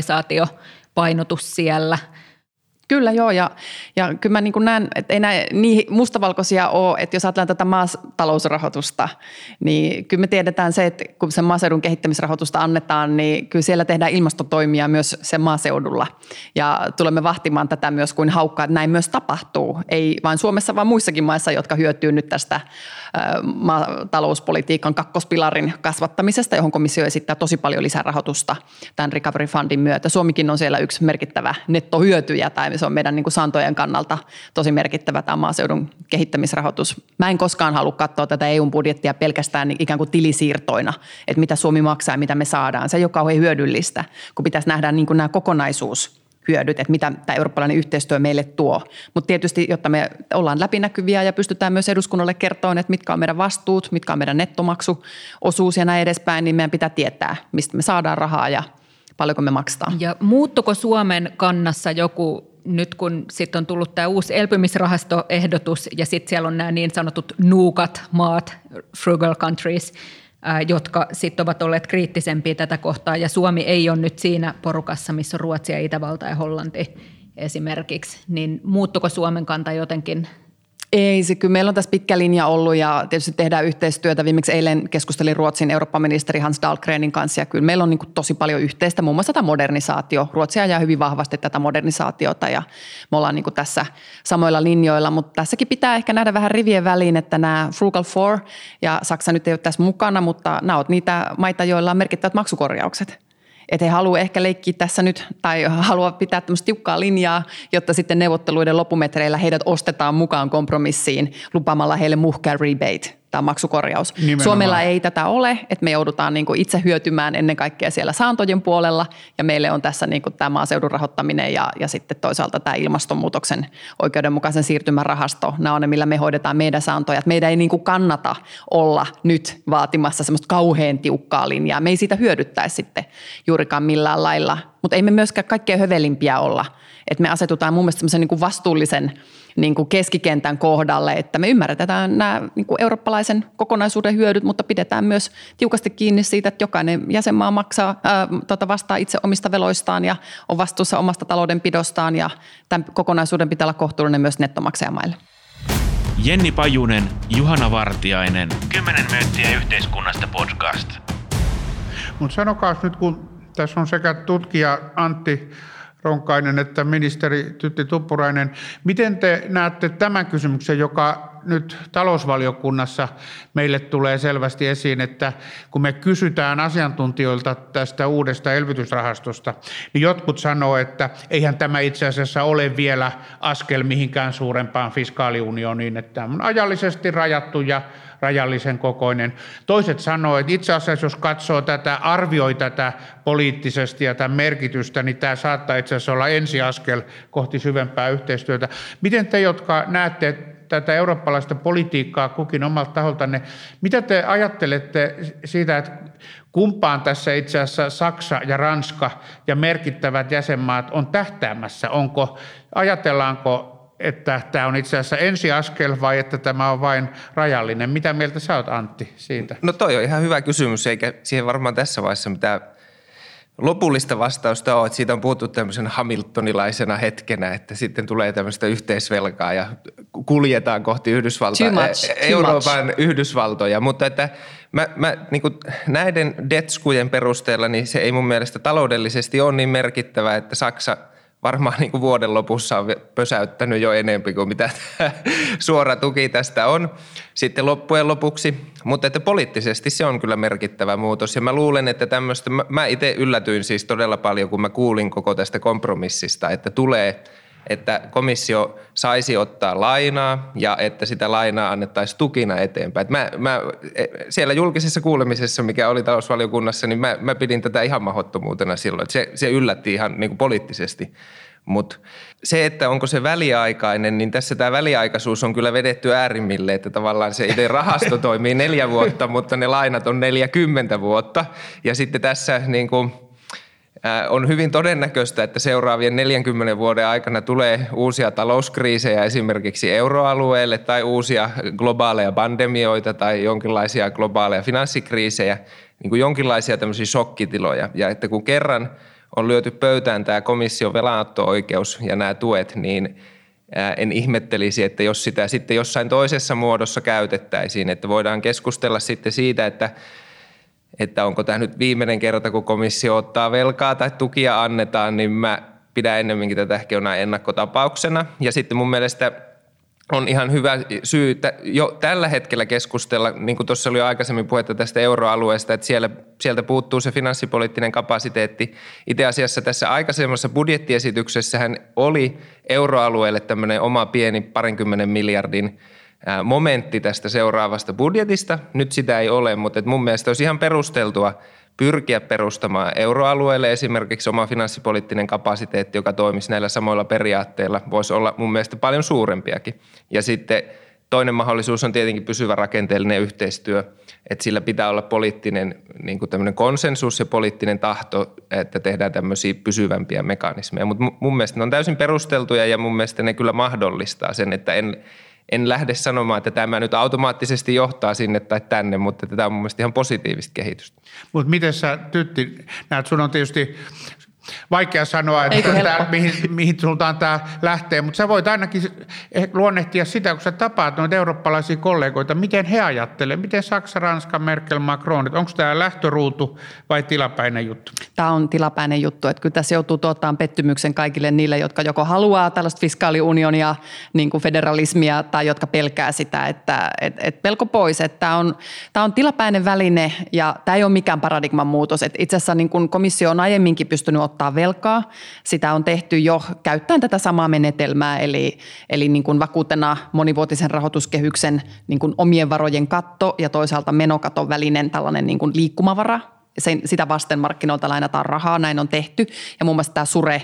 digitalisaatiopainotus siellä. Kyllä joo, ja, ja kyllä mä niin kuin näen, että ei näin niin mustavalkoisia ole, että jos ajatellaan tätä maatalousrahoitusta, niin kyllä me tiedetään se, että kun sen maaseudun kehittämisrahoitusta annetaan, niin kyllä siellä tehdään ilmastotoimia myös sen maaseudulla. Ja tulemme vahtimaan tätä myös kuin haukkaa, että näin myös tapahtuu. Ei vain Suomessa, vaan muissakin maissa, jotka hyötyy nyt tästä maatalouspolitiikan kakkospilarin kasvattamisesta, johon komissio esittää tosi paljon lisärahoitusta tämän Recovery Fundin myötä. Suomikin on siellä yksi merkittävä nettohyötyjä, tai se on meidän niin kuin saantojen kannalta tosi merkittävä tämä maaseudun kehittämisrahoitus. Mä en koskaan halua katsoa tätä E U-budjettia pelkästään ikään kuin tilisiirtoina, että mitä Suomi maksaa ja mitä me saadaan. Se ei ole kauhean hyödyllistä, kun pitäisi nähdä niin kuin nämä kokonaisuus hyödyt, että mitä tämä eurooppalainen yhteistyö meille tuo. Mutta tietysti, jotta me ollaan läpinäkyviä ja pystytään myös eduskunnalle kertomaan, että mitkä on meidän vastuut, mitkä on meidän nettomaksuosuus ja näin edespäin, niin meidän pitää tietää, mistä me saadaan rahaa ja paljonko me maksetaan. Ja muuttuko Suomen kannassa joku, nyt kun sitten on tullut tämä uusi elpymisrahastoehdotus ja sitten siellä on nämä niin sanotut nuukat maat, frugal countries, jotka sitten ovat olleet kriittisempiä tätä kohtaa, ja Suomi ei ole nyt siinä porukassa, missä on Ruotsi ja Itävalta ja Hollanti esimerkiksi, niin muuttuko Suomen kanta jotenkin? Ei, se kyllä meillä on tässä pitkä linja ollut ja tietysti tehdään yhteistyötä. Viimeksi eilen keskustelin Ruotsin Eurooppa-ministeri Hans Dahlgrenin kanssa ja kyllä meillä on niin kuin tosi paljon yhteistä, muun muassa tämä modernisaatio. Ruotsi ajaa hyvin vahvasti tätä modernisaatiota ja me ollaan niin kuin tässä samoilla linjoilla, mutta tässäkin pitää ehkä nähdä vähän rivien väliin, että nämä Frugal Four ja Saksa nyt ei ole tässä mukana, mutta nämä ovat niitä maita, joilla on merkittävät maksukorjaukset. Että he haluaa ehkä leikkiä tässä nyt tai haluaa pitää tämmöistä tiukkaa linjaa, jotta sitten neuvotteluiden loppumetreillä heidät ostetaan mukaan kompromissiin lupaamalla heille muhkea rebate, tämä maksukorjaus. Nimenomaan. Suomella ei tätä ole, että me joudutaan niin kuin itse hyötymään ennen kaikkea siellä saantojen puolella ja meille on tässä niin kuin tämä maaseudun rahoittaminen ja, ja sitten toisaalta tämä ilmastonmuutoksen oikeudenmukaisen siirtymän rahasto. Nämä on ne, millä me hoidetaan meidän saantoja. Että meidän ei niin kuin kannata olla nyt vaatimassa semmoista kauhean tiukkaa linjaa. Me ei siitä hyödyttäisi sitten juurikaan millään lailla, mutta ei me myöskään kaikkein hövelimpiä olla. Että me asetutaan mun mielestä semmoisen niin kuin vastuullisen niin kuin keskikentän kohdalle, että me ymmärretään nämä niin kuin eurooppalaisen kokonaisuuden hyödyt, mutta pidetään myös tiukasti kiinni siitä, että jokainen jäsenmaa maksaa, ää, tota vastaa itse omista veloistaan ja on vastuussa omasta taloudenpidostaan ja tämän kokonaisuuden pitää olla kohtuullinen myös nettomaksajamaille. Jenni Pajunen, Juhana Vartiainen, kymmenen myyttiä yhteiskunnasta podcast. Mutta sanokaa nyt, kun tässä on sekä tutkija Antti Ronkainen että ministeri Tytti Tuppurainen. Miten te näette tämän kysymyksen, joka nyt talousvaliokunnassa meille tulee selvästi esiin, että kun me kysytään asiantuntijoilta tästä uudesta elvytysrahastosta, niin jotkut sanoo, että eihän tämä itse asiassa ole vielä askel mihinkään suurempaan fiskaaliunioniin, että tämä on ajallisesti rajattu ja rajallisen kokoinen. Toiset sanoo, että itse asiassa jos katsoo tätä, arvioi tätä poliittisesti ja tämän merkitystä, niin tämä saattaa itse asiassa olla ensiaskel kohti syvempää yhteistyötä. Miten te, jotka näette tätä eurooppalaista politiikkaa kukin omalta taholtanne, mitä te ajattelette siitä, että kumpaan tässä itse asiassa Saksa ja Ranska ja merkittävät jäsenmaat on tähtäämässä? Onko, ajatellaanko, että tämä on itse asiassa ensiaskel vai että tämä on vain rajallinen? Mitä mieltä sä oot, Antti, siitä? No toi on ihan hyvä kysymys, eikä siihen varmaan tässä vaiheessa mitään lopullista vastausta ole, että siitä on puhuttu tämmöisen hamiltonilaisena hetkenä, että sitten tulee tämmöistä yhteisvelkaa ja kuljetaan kohti Yhdysvaltoja, much, Euroopan much. Yhdysvaltoja, mutta että mä, mä niin kuin näiden detskujen perusteella niin se ei mun mielestä taloudellisesti ole niin merkittävä, että Saksa varmaan niin kuin vuoden lopussa on pösäyttänyt jo enemmän kuin mitä suora tuki tästä on sitten loppujen lopuksi. Mutta että poliittisesti se on kyllä merkittävä muutos ja mä luulen, että tämmöistä, mä itse yllätyin siis todella paljon, kun mä kuulin koko tästä kompromissista, että tulee, että komissio saisi ottaa lainaa ja että sitä lainaa annettaisiin tukina eteenpäin. Mä, mä, siellä julkisessa kuulemisessa, mikä oli talousvaliokunnassa, niin mä, mä pidin tätä ihan mahdottomuutena silloin. Että se, se yllätti ihan niin kuin poliittisesti. Mutta se, että onko se väliaikainen, niin tässä tämä väliaikaisuus on kyllä vedetty äärimmille, että tavallaan se itse rahasto toimii neljä vuotta, mutta ne lainat on neljäkymmentä vuotta. Ja sitten tässä niin kuin on hyvin todennäköistä, että seuraavien neljänkymmenen vuoden aikana tulee uusia talouskriisejä esimerkiksi euroalueelle tai uusia globaaleja pandemioita tai jonkinlaisia globaaleja finanssikriisejä, niin kuin jonkinlaisia tämmöisiä shokkitiloja. Ja että kun kerran on lyöty pöytään tämä komission velanotto-oikeus ja nämä tuet, niin en ihmettelisi, että jos sitä sitten jossain toisessa muodossa käytettäisiin, että voidaan keskustella sitten siitä, että että onko tämä nyt viimeinen kerta, kun komissio ottaa velkaa tai tukia annetaan, niin mä pidän ennemminkin tätä ehkä jonain ennakkotapauksena. Ja sitten mun mielestä on ihan hyvä syy jo tällä hetkellä keskustella, niin kuin tuossa oli jo aikaisemmin puhetta tästä euroalueesta, että siellä, sieltä puuttuu se finanssipoliittinen kapasiteetti. Itse asiassa tässä aikaisemmassa budjettiesityksessähän oli euroalueelle tämmöinen oma pieni parinkymmenen miljardin momentti tästä seuraavasta budjetista. Nyt sitä ei ole, mutta mun mielestä olisi ihan perusteltua pyrkiä perustamaan euroalueelle esimerkiksi oma finanssipoliittinen kapasiteetti, joka toimisi näillä samoilla periaatteilla, voisi olla mun mielestä paljon suurempiakin. Ja sitten toinen mahdollisuus on tietenkin pysyvä rakenteellinen yhteistyö, että sillä pitää olla poliittinen niin kuin tämmöinen konsensus ja poliittinen tahto, että tehdään tämmöisiä pysyvämpiä mekanismeja. Mutta mun mielestä ne on täysin perusteltuja ja mun mielestä ne kyllä mahdollistaa sen, että en En lähde sanomaan, että tämä nyt automaattisesti johtaa sinne tai tänne, mutta tämä on mun mielestä ihan positiivista kehitystä. Mutta miten sä, Tytti, näet, sun on tietysti vaikea sanoa, että tämä, mihin, mihin suuntaan tämä lähtee, mutta sä voit ainakin luonnehtia sitä, kun sä tapaat noita eurooppalaisia kollegoita, miten he ajattelevat, miten Saksa, Ranska, Merkel, Macron, onko tämä lähtöruutu vai tilapäinen juttu? Tämä on tilapäinen juttu, että kyllä tässä joutuu tuottamaan pettymyksen kaikille niille, jotka joko haluaa tällaista fiskaaliunionia, niin kuin federalismia, tai jotka pelkää sitä, että et, et pelko pois, että tämä on, tämä on tilapäinen väline ja tämä ei ole mikään paradigman muutos, että itse asiassa niin kuin komissio on aiemminkin pystynyt ottaa velkaa. Sitä on tehty jo käyttäen tätä samaa menetelmää, eli, eli niin kuin vakuutena monivuotisen rahoituskehyksen niin kuin omien varojen katto ja toisaalta menokaton välinen tällainen niin kuin liikkumavara. Sen, sitä vasten markkinoilta lainataan rahaa, näin on tehty. Ja muun muassa tämä SURE,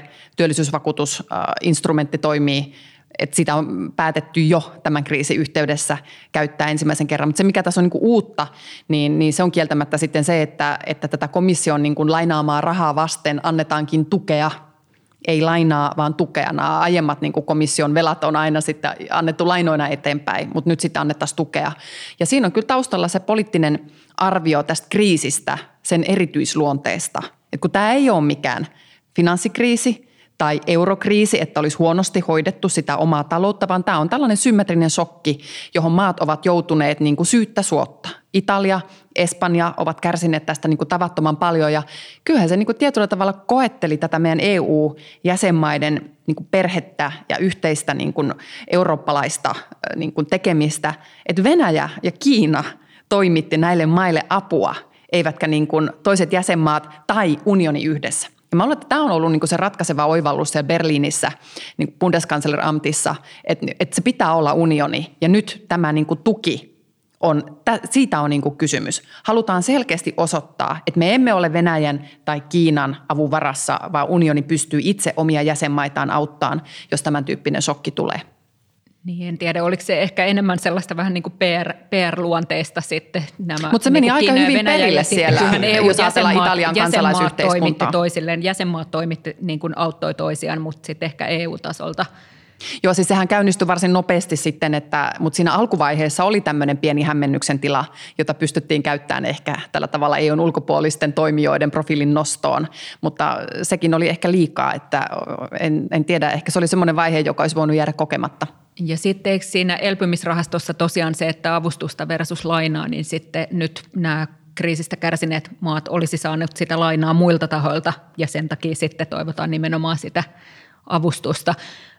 työllisyysvakuutusinstrumentti toimii, että sitä on päätetty jo tämän kriisin yhteydessä käyttää ensimmäisen kerran. Mutta se, mikä tässä on niin kuin uutta, niin, niin se on kieltämättä sitten se, että, että tätä komission niin kuin lainaamaa rahaa vasten annetaankin tukea, ei lainaa, vaan tukea. Nämä aiemmat niin kuin komission velat on aina sitten annettu lainoina eteenpäin, mutta nyt sitten annettaisiin tukea. Ja siinä on kyllä taustalla se poliittinen arvio tästä kriisistä, sen erityisluonteesta. Et kun tämä ei ole mikään finanssikriisi tai eurokriisi, että olisi huonosti hoidettu sitä omaa taloutta, vaan tämä on tällainen symmetrinen shokki, johon maat ovat joutuneet niin kuin syyttä suotta. Italia, Espanja ovat kärsineet tästä niin kuin tavattoman paljon ja kyllähän se niin kuin tietyllä tavalla koetteli tätä meidän E U-jäsenmaiden niin kuin perhettä ja yhteistä niin kuin eurooppalaista niin kuin tekemistä, että Venäjä ja Kiina toimitti näille maille apua, eivätkä niin kuin toiset jäsenmaat tai unioni yhdessä. Ja mä luulen, että tämä on ollut niin kuin se ratkaiseva oivallus siellä Berliinissä, niin Bundeskanzleramtissa, että, että se pitää olla unioni ja nyt tämä niin kuin tuki on, siitä on niin kuin kysymys. Halutaan selkeästi osoittaa, että me emme ole Venäjän tai Kiinan avun varassa, vaan unioni pystyy itse omia jäsenmaitaan auttamaan, jos tämän tyyppinen shokki tulee. Niin, en tiedä, oliko se ehkä enemmän sellaista vähän niin kuin P R, P R-luonteista sitten nämä. Mutta se meni niin aika Kiina hyvin perille siellä, jos ajatellaan Italian kansalaisyhteiskuntaa. Toimitti toisilleen, jäsenmaat toimitti, niin kuin auttoi toisiaan, mutta sitten ehkä E U-tasolta. Joo, siis sehän käynnistyi varsin nopeasti sitten, että, mutta siinä alkuvaiheessa oli tämmöinen pieni hämmennyksen tila, jota pystyttiin käyttämään ehkä tällä tavalla E U:n ulkopuolisten toimijoiden profiilin nostoon, mutta sekin oli ehkä liikaa, että en, en tiedä, ehkä se oli semmoinen vaihe, joka olisi voinut jäädä kokematta. Ja sitten eikö siinä elpymisrahastossa tosiaan se, että avustusta versus lainaa, niin sitten nyt nämä kriisistä kärsineet maat olisi saanut sitä lainaa muilta tahoilta ja sen takia sitten toivotaan nimenomaan sitä avustusta.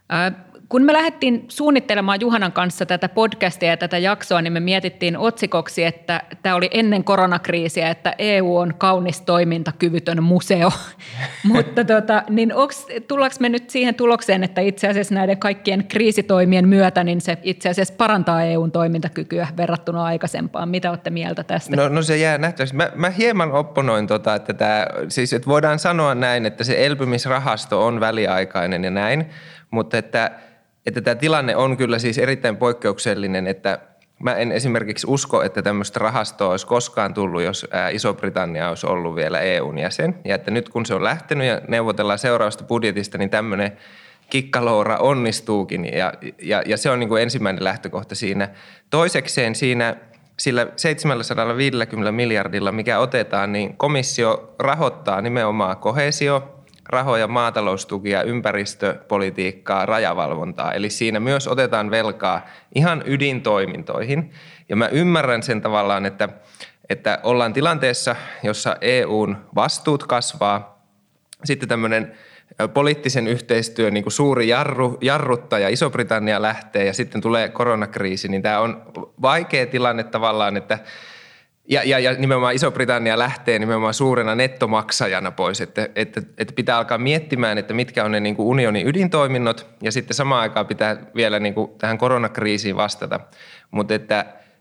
Kun me lähdettiin suunnittelemaan Juhanan kanssa tätä podcastia ja tätä jaksoa, niin me mietittiin otsikoksi, että tämä oli ennen koronakriisiä, että E U on kaunis toimintakyvytön museo. Mutta tota, niin onks, tullaanko me nyt siihen tulokseen, että itse asiassa näiden kaikkien kriisitoimien myötä, niin se itse asiassa parantaa E U:n toimintakykyä verrattuna aikaisempaan. Mitä olette mieltä tästä? No, no se jää nähtävästi. Mä, mä hieman opponoin, tota, että, tää, siis, että voidaan sanoa näin, että se elpymisrahasto on väliaikainen ja näin, mutta että että tämä tilanne on kyllä siis erittäin poikkeuksellinen, että mä en esimerkiksi usko, että tämmöistä rahastoa olisi koskaan tullut, jos Iso-Britannia olisi ollut vielä E U:n jäsen. Ja että nyt kun se on lähtenyt ja neuvotellaan seuraavasta budjetista, niin tämmöinen kikkaloura onnistuukin ja, ja, ja se on niin kuin ensimmäinen lähtökohta siinä. Toisekseen siinä sillä seitsemälläsadallaviidelläkymmenellä miljardilla, mikä otetaan, niin komissio rahoittaa nimenomaan koheesio, rahoja, maataloustukia, ympäristöpolitiikkaa, rajavalvontaa. Eli siinä myös otetaan velkaa ihan ydintoimintoihin. Ja mä ymmärrän sen tavallaan, että, että ollaan tilanteessa, jossa E U:n vastuut kasvaa. Sitten tämmöinen poliittisen yhteistyön niin kuin suuri jarru, jarruttaja, Iso-Britannia lähtee ja sitten tulee koronakriisi, niin tämä on vaikea tilanne tavallaan, että ja, ja, ja nimenomaan Iso-Britannia lähtee nimenomaan suurena nettomaksajana pois, että, että, että pitää alkaa miettimään, että mitkä on ne niin kuin unionin ydintoiminnot ja sitten samaan aikaan pitää vielä niin kuin tähän koronakriisiin vastata, mutta että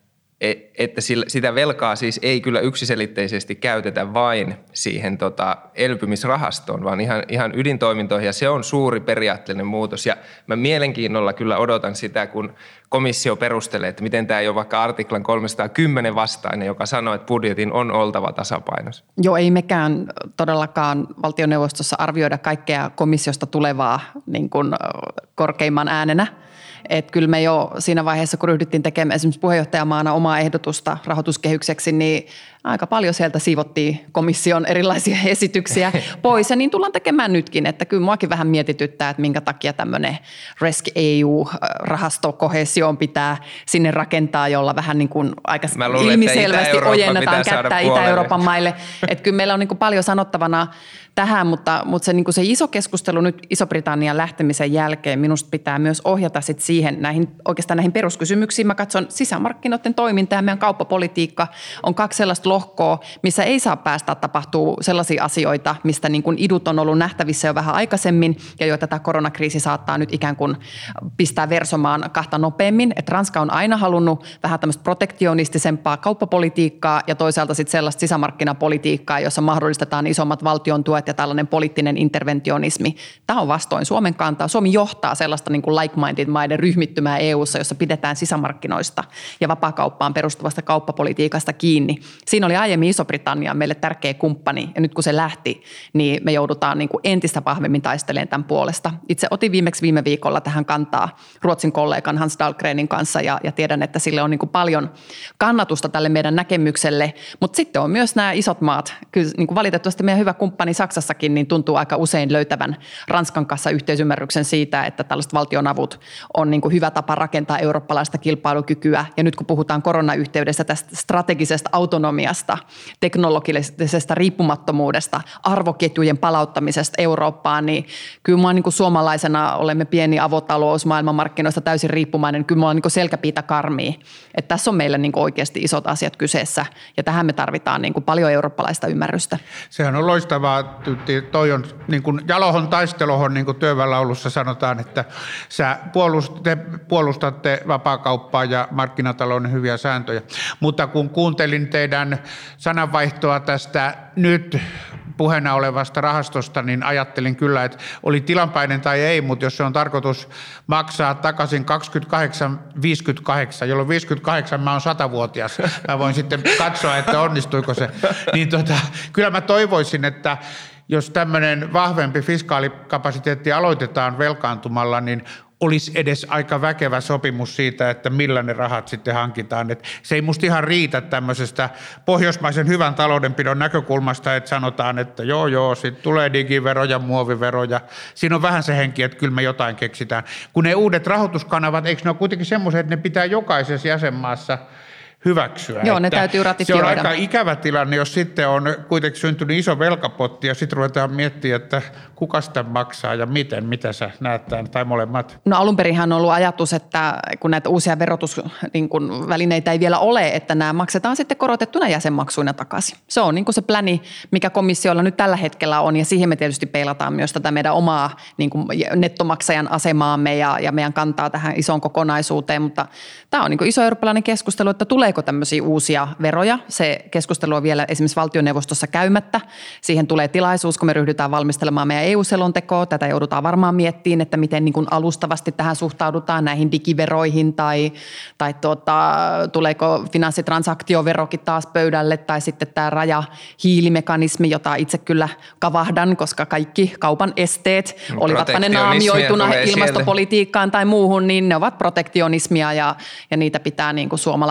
että sitä velkaa siis ei kyllä yksiselitteisesti käytetä vain siihen tota elpymisrahastoon, vaan ihan, ihan ydintoimintoihin, ja se on suuri periaatteellinen muutos. Ja mä mielenkiinnolla kyllä odotan sitä, kun komissio perustelee, että miten tämä ei ole vaikka artiklan kolmesataakymmenen vastainen, joka sanoo, että budjetin on oltava tasapainossa. Joo, ei mekään todellakaan valtioneuvostossa arvioida kaikkea komissiosta tulevaa niin kuin korkeimman äänenä. Että kyllä me jo siinä vaiheessa, kun ryhdyttiin tekemään esimerkiksi puheenjohtajamaana omaa ehdotusta rahoituskehykseksi, niin aika paljon sieltä siivottiin komission erilaisia esityksiä pois. Ja niin tullaan tekemään nytkin, että kyllä muakin vähän mietityttää, että minkä takia tämmöinen Resk E U-rahastokohesioon pitää sinne rakentaa, jolla vähän niin kuin aika luulen, ilmiselvästi ojennetaan kättä Itä-Euroopan maille. Että kyllä meillä on niin kuin paljon sanottavana tähän, mutta, mutta se, niin kuin se iso keskustelu nyt Iso-Britannian lähtemisen jälkeen minusta pitää myös ohjata sit siihen näihin, oikeastaan näihin peruskysymyksiin. Mä katson sisämarkkinoiden toimintaa ja meidän kauppapolitiikka on kaksi sellaista lohkoa, missä ei saa päästä tapahtuu sellaisia asioita, mistä niin kuin idut on ollut nähtävissä jo vähän aikaisemmin ja joita tämä koronakriisi saattaa nyt ikään kuin pistää versomaan kahta nopeammin. Et Ranska on aina halunnut vähän tämmöistä protektionistisempaa kauppapolitiikkaa ja toisaalta sitten sellaista sisämarkkinapolitiikkaa, jossa mahdollistetaan isommat valtion tuet ja tällainen poliittinen interventionismi. Tämä on vastoin Suomen kantaa. Suomi johtaa sellaista niin kuin like-minded maiden ryhmittymää E U:ssa, jossa pidetään sisämarkkinoista ja vapaakauppaan perustuvasta kauppapolitiikasta kiinni. Siinä oli aiemmin Iso-Britannia meille tärkeä kumppani ja nyt kun se lähti, niin me joudutaan niin kuin entistä vahvemmin taistelemaan tämän puolesta. Itse otin viimeksi viime viikolla tähän kantaa Ruotsin kollegan Hans Dahlgrenin kanssa ja, ja tiedän, että sille on niin kuin paljon kannatusta tälle meidän näkemykselle, mutta sitten on myös nämä isot maat. Kyllä niin kuin valitettavasti meidän hyvä kumppani Saksassakin niin tuntuu aika usein löytävän Ranskan kanssa yhteisymmärryksen siitä, että tällaiset valtionavut on niin kuin hyvä tapa rakentaa eurooppalaista kilpailukykyä. Ja nyt kun puhutaan koronayhteydessä tästä strategisesta autonomiasta, teknologisesta riippumattomuudesta, arvoketjujen palauttamisesta Eurooppaan, niin kyllä mä niin kuin suomalaisena olemme pieni avotalous maailmanmarkkinoista täysin riippumainen, kyllä mä oon niin selkäpiitä karmii. Että tässä on meille niin kuin oikeasti isot asiat kyseessä ja tähän me tarvitaan niin kuin paljon eurooppalaista ymmärrystä. Sehän on loistavaa, Tytti. Toi on niin kuin jalohon taistelohon, niin kuin työväenlaulussa sanotaan, että sä puolustatte, puolustatte vapaakauppaa ja markkinatalouden hyviä sääntöjä. Mutta kun kuuntelin teidän sananvaihtoa tästä nyt puheena olevasta rahastosta, niin ajattelin kyllä, että oli tilanpäinen tai ei, mutta jos se on tarkoitus maksaa takaisin kaksikymmentäkahdeksan viisikymmentäkahdeksan, jolloin viisikymmentäkahdeksan mä oon satavuotias, mä voin sitten katsoa, että onnistuiko se, niin tota, kyllä mä toivoisin, että jos tämmöinen vahvempi fiskaalikapasiteetti aloitetaan velkaantumalla, niin olisi edes aika väkevä sopimus siitä, että millä ne rahat sitten hankitaan. Et se ei musta ihan riitä tämmöisestä pohjoismaisen hyvän taloudenpidon näkökulmasta, että sanotaan, että joo joo, sitten tulee digivero ja muovivero ja siinä on vähän se henki, että kyllä me jotain keksitään. Kun ne uudet rahoituskanavat, eikö ne ole kuitenkin semmoisia, että ne pitää jokaisessa jäsenmaassa hyväksyä. Joo, ne täytyy ratifioida. Se on aika ikävä tilanne, jos sitten on kuitenkin syntynyt iso velkapotti ja sitten ruvetaan miettimään, että kuka sitä maksaa ja miten, mitä sä näet tämän, tai molemmat. No alun perinhän on ollut ajatus, että kun näitä uusia verotusvälineitä ei vielä ole, että nämä maksetaan sitten korotettuna jäsenmaksuina takaisin. Se on niin kuin se pläni, mikä komissiolla nyt tällä hetkellä on ja siihen me tietysti peilataan myös tätä meidän omaa niin kuin nettomaksajan asemaamme ja, ja meidän kantaa tähän isoon kokonaisuuteen, mutta tämä on niin kuin iso eurooppalainen keskustelu, että tuleeko tämmöisiä uusia veroja. Se keskustelu on vielä esimerkiksi valtioneuvostossa käymättä. Siihen tulee tilaisuus, kun me ryhdytään valmistelemaan meidän E U-selontekoa. Tätä joudutaan varmaan miettimään, että miten niin kuin alustavasti tähän suhtaudutaan näihin digiveroihin tai, tai tuota, tuleeko finanssitransaktioverokin taas pöydälle tai sitten tämä rajahiilimekanismi, jota itse kyllä kavahdan, koska kaikki kaupan esteet, no, olivatpa ne naamioituna ilmastopolitiikkaan tai muuhun, niin ne ovat protektionismia ja, ja niitä pitää niin kuin suomalaisten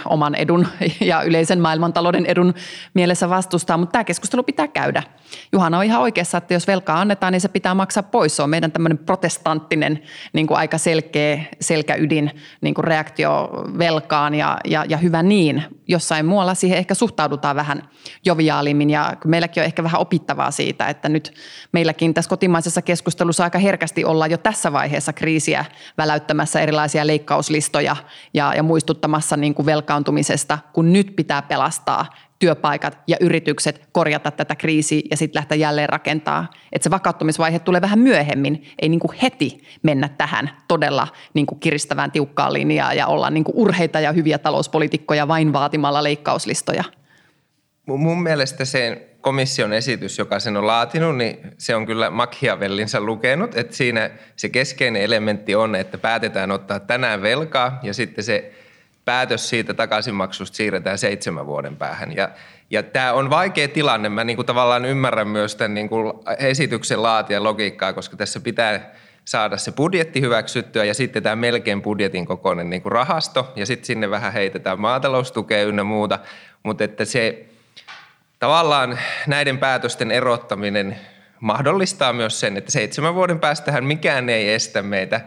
oman edun ja yleisen maailmantalouden edun mielessä vastustaa, mutta tämä keskustelu pitää käydä. Juhana on ihan oikeassa, että jos velkaa annetaan, niin se pitää maksaa pois. Se on meidän tämmöinen protestanttinen niin kuin aika selkeä selkäydin niin kuin reaktio velkaan ja, ja, ja hyvä niin. Jossain muualla siihen ehkä suhtaudutaan vähän joviaalimmin ja meilläkin on ehkä vähän opittavaa siitä, että nyt meilläkin tässä kotimaisessa keskustelussa aika herkästi ollaan jo tässä vaiheessa kriisiä väläyttämässä erilaisia leikkauslistoja ja, ja muistuttamassa niin kuin velkaantumisesta, kun nyt pitää pelastaa työpaikat ja yritykset, korjata tätä kriisiä ja sitten lähteä jälleen rakentaa. Että se vakauttamisvaihe tulee vähän myöhemmin, ei niin kuin heti mennä tähän todella niin kuin kiristävään tiukkaan linjaan ja olla niin kuin urheita ja hyviä talouspoliitikkoja vain vaatimalla leikkauslistoja. Mun mielestä se komission esitys, joka sen on laatinut, niin se on kyllä Machiavellinsa lukenut, että siinä se keskeinen elementti on, että päätetään ottaa tänään velkaa ja sitten se päätös siitä takaisinmaksusta siirretään seitsemän vuoden päähän. Ja, ja tämä on vaikea tilanne. Mä niin kuin tavallaan ymmärrän myös tämän niin kuin esityksen laatijan logiikkaa, koska tässä pitää saada se budjetti hyväksyttyä ja sitten tämä melkein budjetin kokoinen niin kuin rahasto ja sitten sinne vähän heitetään maataloustukea ynnä muuta. Mutta että se tavallaan näiden päätösten erottaminen mahdollistaa myös sen, että seitsemän vuoden päästähän mikään ei estä meitä,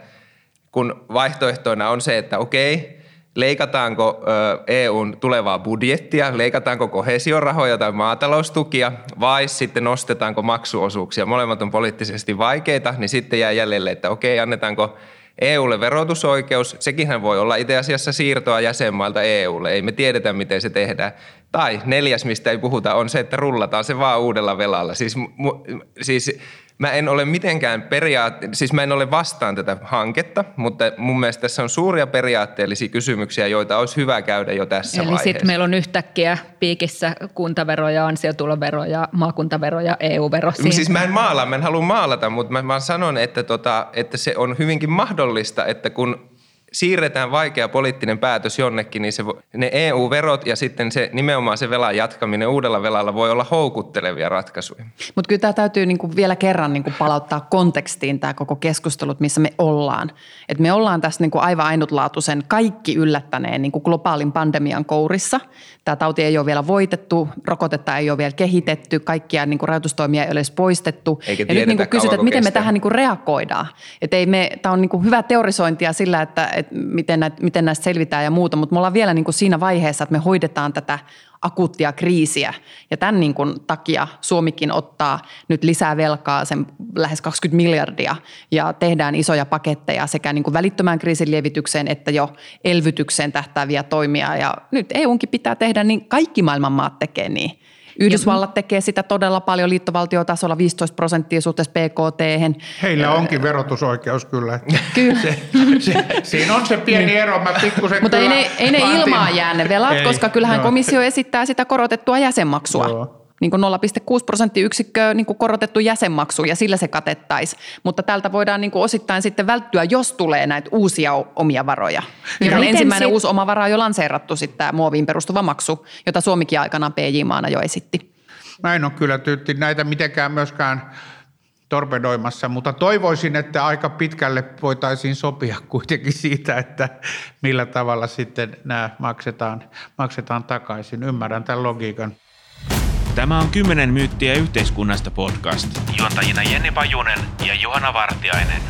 kun vaihtoehtoina on se, että okei, leikataanko E U:n tulevaa budjettia, leikataanko koheesiorahoja tai maataloustukia vai sitten nostetaanko maksuosuuksia. Molemmat on poliittisesti vaikeita, niin sitten jää jäljelle, että okei, annetaanko E U:lle verotusoikeus. Sekinhän voi olla itse asiassa siirtoa jäsenmailta E U:lle, ei me tiedetä miten se tehdään. Tai neljäs, mistä ei puhuta, on se, että rullataan se vaan uudella velalla. Siis, mu, siis mä en ole mitenkään periaate, siis mä en ole vastaan tätä hanketta, mutta mun mielestä tässä on suuria periaatteellisia kysymyksiä, joita olisi hyvä käydä jo tässä Eli vaiheessa. Eli sitten meillä on yhtäkkiä piikissä kuntavero ja ansiotulovero ja maakuntavero ja E U-vero. Siis mä en maala, mä en halua maalata, mutta mä, mä sanon, että, tota, että se on hyvinkin mahdollista, että kun siirretään vaikea poliittinen päätös jonnekin, niin se, ne E U-verot ja sitten se, nimenomaan se velan jatkaminen uudella velalla voi olla houkuttelevia ratkaisuja. Mutta kyllä tämä täytyy niinku vielä kerran niinku palauttaa kontekstiin tämä koko keskustelut, missä me ollaan. Et me ollaan tässä niinku aivan ainutlaatuisen kaikki yllättäneen niinku globaalin pandemian kourissa. Tämä tauti ei ole vielä voitettu, rokotetta ei ole vielä kehitetty, kaikkia niinku rajoitustoimia ei ole edes poistettu. Eikä ja nyt niinku kysytään, että miten kestää. me tähän niinku reagoidaan. Tämä on niinku hyvä teorisointia sillä, että et miten, näitä, miten näistä selvitään ja muuta, mutta me ollaan vielä niinku siinä vaiheessa, että me hoidetaan tätä akuuttia kriisiä. Ja tämän niin kuin takia Suomikin ottaa nyt lisää velkaa sen lähes kaksikymmentä miljardia ja tehdään isoja paketteja sekä niin kuin välittömään kriisin lievitykseen että jo elvytykseen tähtääviä toimia. Ja nyt E U:nkin pitää tehdä, niin kaikki maailman maat tekee niin. Yhdysvallat tekee sitä todella paljon liittovaltiotasolla, viisitoista prosenttia suhteessa B K T:hen. Heillä onkin verotusoikeus kyllä. Kyllä. Se, se, siinä on se pieni ero, mä pikkusen Mutta kyllä ei ne, ei ne antin. ilmaan jää ne velat, Ei, koska kyllähän joo. komissio esittää sitä korotettua jäsenmaksua. Joo. Niin kuin nolla pilkku kuusi prosenttiyksikköä niin kuin korotettu jäsenmaksu ja sillä se katettaisiin. Mutta tältä voidaan niin kuin osittain sitten välttyä, jos tulee näitä uusia omia varoja. Ihan ensimmäinen sit... uusi oma vara on jo lanseerattu sitten tämä muoviin perustuva maksu, jota Suomikin aikanaan P J-maana jo esitti. Mä en ole kyllä Tytti näitä mitenkään myöskään torpedoimassa, mutta toivoisin, että aika pitkälle voitaisiin sopia kuitenkin siitä, että millä tavalla sitten nämä maksetaan, maksetaan takaisin. Ymmärrän tämän logiikan. Tämä on kymmenen myyttiä yhteiskunnasta podcast. Juontajina Jenni Pajunen ja Juhana Vartiainen.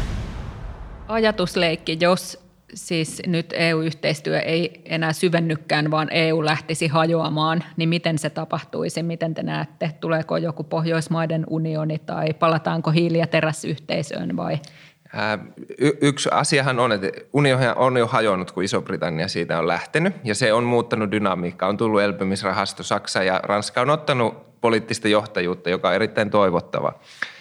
Ajatusleikki, jos siis nyt E U-yhteistyö ei enää syvennykään, vaan E U lähtisi hajoamaan, niin miten se tapahtuisi? Miten te näette? Tuleeko joku Pohjoismaiden unioni tai palataanko hiili- ja teräsyhteisöön vai? Ää, y- yksi asiahan on, että unioni on jo hajonnut, kun Iso-Britannia siitä on lähtenyt ja se on muuttanut dynamiikkaa. On tullut elpymisrahasto, Saksa ja Ranska on ottanut poliittista johtajuutta, joka on erittäin toivottava.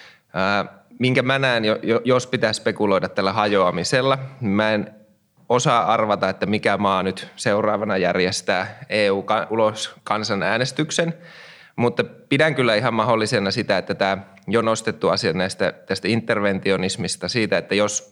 Ää, minkä mä näen, jos pitää spekuloida tällä hajoamisella, mä en osaa arvata, että mikä maa nyt seuraavana järjestää E U-ulos kansanäänestyksen, mutta pidän kyllä ihan mahdollisena sitä, että tämä jo nostettu asia näistä, tästä interventionismista, siitä, että jos,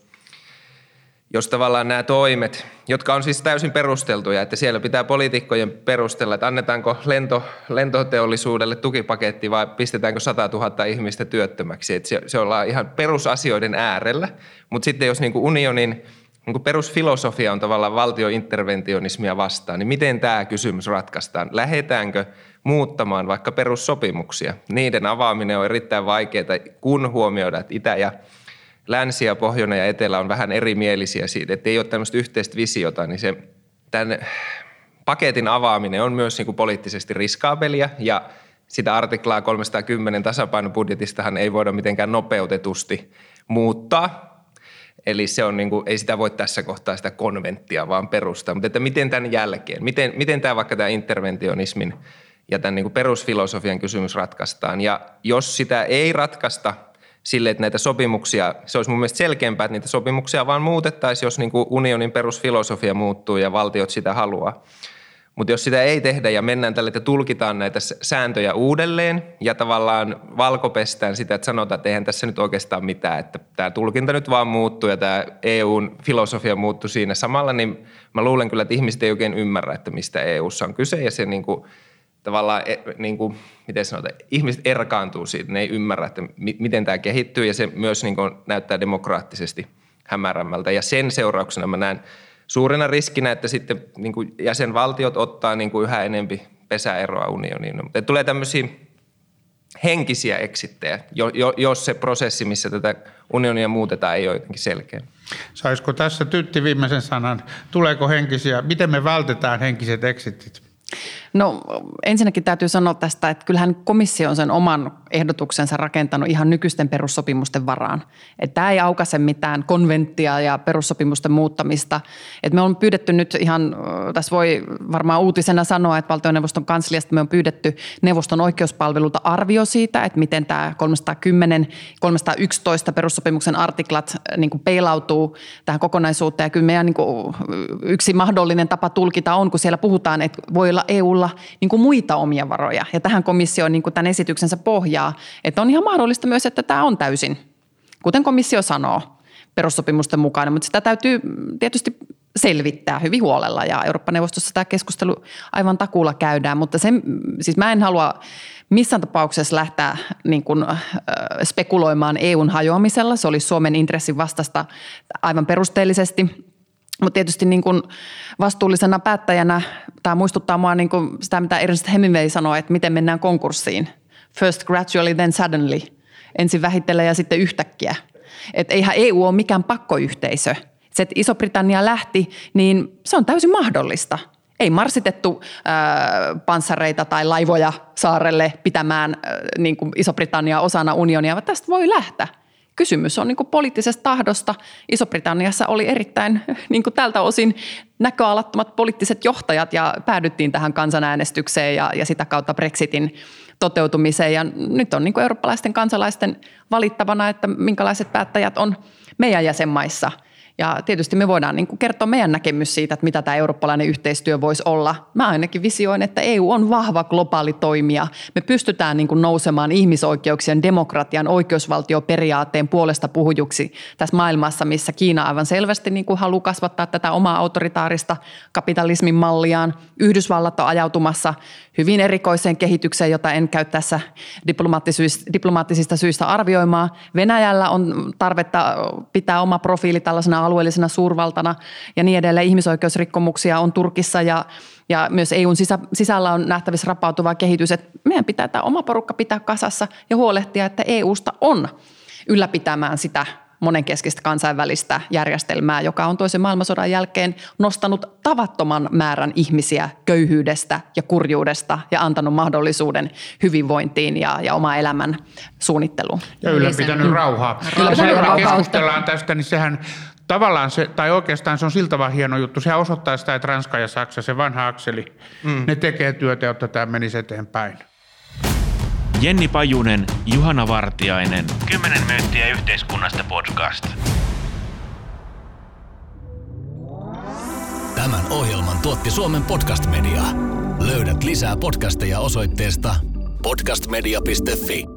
jos tavallaan nämä toimet, jotka on siis täysin perusteltuja, että siellä pitää poliitikkojen perustella, että annetaanko lento, lentoteollisuudelle tukipaketti vai pistetäänkö sata tuhatta ihmistä työttömäksi, että se, se ollaan ihan perusasioiden äärellä, mutta sitten jos niin kuin unionin niin kuin perusfilosofia on tavallaan valtiointerventionismia vastaan, niin miten tämä kysymys ratkaistaan? Lähdetäänkö muuttamaan vaikka perussopimuksia? Niiden avaaminen on erittäin vaikeaa, kun huomioidaan, että itä ja länsi ja pohjoinen ja etelä on vähän erimielisiä siitä, että ei ole tämmöistä yhteistä visiota, niin se tämän paketin avaaminen on myös niin kuin poliittisesti riskaabelia ja sitä artiklaa kolmesataakymmenen tasapainobudjetistahan ei voida mitenkään nopeutetusti muuttaa. Eli se on niin kuin, ei sitä voi tässä kohtaa sitä konventtia vaan perustaa, mutta että miten tämän jälkeen, miten, miten tämä vaikka tämä interventionismin ja tämän niin kuin perusfilosofian kysymys ratkaistaan. Ja jos sitä ei ratkaista sille, että näitä sopimuksia, se olisi mun mielestä selkeämpää, että niitä sopimuksia vaan muutettaisiin, jos niin kuin unionin perusfilosofia muuttuu ja valtiot sitä haluaa. Mutta jos sitä ei tehdä ja mennään tälle, että tulkitaan näitä sääntöjä uudelleen ja tavallaan valkopestään sitä, että sanotaan, että eihän tässä nyt oikeastaan mitään, että tämä tulkinta nyt vaan muuttuu ja tämä E U:n filosofia muuttuu siinä samalla, niin mä luulen kyllä, että ihmiset ei oikein ymmärrä, että mistä E U:ssa on kyse ja se niin kuin, tavallaan, niin kuin, miten sanotaan, ihmiset erkaantuu siitä, ne ei ymmärrä, että miten tämä kehittyy ja se myös niin kuin näyttää demokraattisesti hämärämmältä ja sen seurauksena mä näen suurena riskinä, että sitten niin kuin jäsenvaltiot ottaa niin kuin yhä enempi pesäeroa unioniin. Mutta tulee tämmöisiä henkisiä eksittejä, jos se prosessi, missä tätä unionia muutetaan, ei ole jotenkin selkeä. Saisiko tässä Tytti viimeisen sanan? Tuleeko henkisiä? Miten me vältetään henkiset exitit? No ensinnäkin täytyy sanoa tästä, että kyllähän komissio on sen oman ehdotuksensa rakentanut ihan nykyisten perussopimusten varaan. Että tämä ei aukaise mitään konventtia ja perussopimusten muuttamista. Että me on pyydetty nyt ihan, tässä voi varmaan uutisena sanoa, että valtioneuvoston kansliasta me on pyydetty neuvoston oikeuspalvelulta arvio siitä, että miten tämä kolmesataakymmenen kolmesataayksitoista perussopimuksen artiklat niin kuin peilautuu tähän kokonaisuuteen. Ja kyllä meidän niin kuin yksi mahdollinen tapa tulkita on, kun siellä puhutaan, että voi olla E U:lla niin kuin muita omia varoja. Ja tähän komissio on niin kuin tämän esityksensä pohjaa, että on ihan mahdollista myös, että tämä on täysin, kuten komissio sanoo, perussopimusten mukana. Mutta sitä täytyy tietysti selvittää hyvin huolella ja Eurooppa-neuvostossa tämä keskustelu aivan takuulla käydään. Mutta sen, siis mä en halua missään tapauksessa lähteä niin kuin, äh, spekuloimaan E U:n hajoamisella. Se olisi Suomen intressin vastasta aivan perusteellisesti. Mutta tietysti niin kuin vastuullisena päättäjänä tämä muistuttaa mua niin kuin sitä, mitä Ernest Hemingway sanoi, että miten mennään konkurssiin. First gradually, then suddenly. Ensin vähitellen ja sitten yhtäkkiä. Että eihän E U ole mikään pakkoyhteisö. Se, että Iso-Britannia lähti, niin se on täysin mahdollista. Ei marssitettu äh, panssareita tai laivoja saarelle pitämään äh, niin kuin Iso-Britannia osana unionia, vaan tästä voi lähteä. Kysymys on niin kuin poliittisesta tahdosta. Iso-Britanniassa oli erittäin niin kuin tältä osin näköalattomat poliittiset johtajat ja päädyttiin tähän kansanäänestykseen ja, ja sitä kautta Brexitin toteutumiseen. Ja nyt on niin kuin eurooppalaisten kansalaisten valittavana, että minkälaiset päättäjät on meidän jäsenmaissa. Ja tietysti me voidaan niin kuin kertoa meidän näkemys siitä, että mitä tämä eurooppalainen yhteistyö voisi olla. Mä ainakin visioin, että E U on vahva globaali toimija. Me pystytään niin kuin nousemaan ihmisoikeuksien, demokratian, oikeusvaltioperiaatteen puolesta puhujuksi tässä maailmassa, missä Kiina aivan selvästi niin kuin haluaa kasvattaa tätä omaa autoritaarista kapitalismin malliaan. Yhdysvallat on ajautumassa hyvin erikoiseen kehitykseen, jota en käy tässä diplomaattisista syistä arvioimaan. Venäjällä on tarvetta pitää oma profiili tällaisena alueellisena suurvaltana ja niin edelleen. Ihmisoikeusrikkomuksia on Turkissa ja, ja myös E U:n sisä, sisällä on nähtävissä rapautuva kehitys. Että meidän pitää tämä oma porukka pitää kasassa ja huolehtia, että E U:sta on ylläpitämään sitä monenkeskistä kansainvälistä järjestelmää, joka on toisen maailmansodan jälkeen nostanut tavattoman määrän ihmisiä köyhyydestä ja kurjuudesta ja antanut mahdollisuuden hyvinvointiin ja, ja oma elämän suunnitteluun. Ja ylläpitänyt rauhaa. Ylläpitänyt rauhaa. Keskustellaan tästä, niin sehän tavallaan se, tai oikeastaan se on siltä vaan hieno juttu. Sehän osoittaa sitä, että Ranska ja Saksa, se vanha akseli, mm. ne tekee työtä, jotta tämä menisi eteenpäin. Jenni Pajunen, Juhana Vartiainen. Kymmenen myyttiä yhteiskunnasta podcast. Tämän ohjelman tuotti Suomen Podcast Media. Löydät lisää podcasteja osoitteesta podcast media piste fi.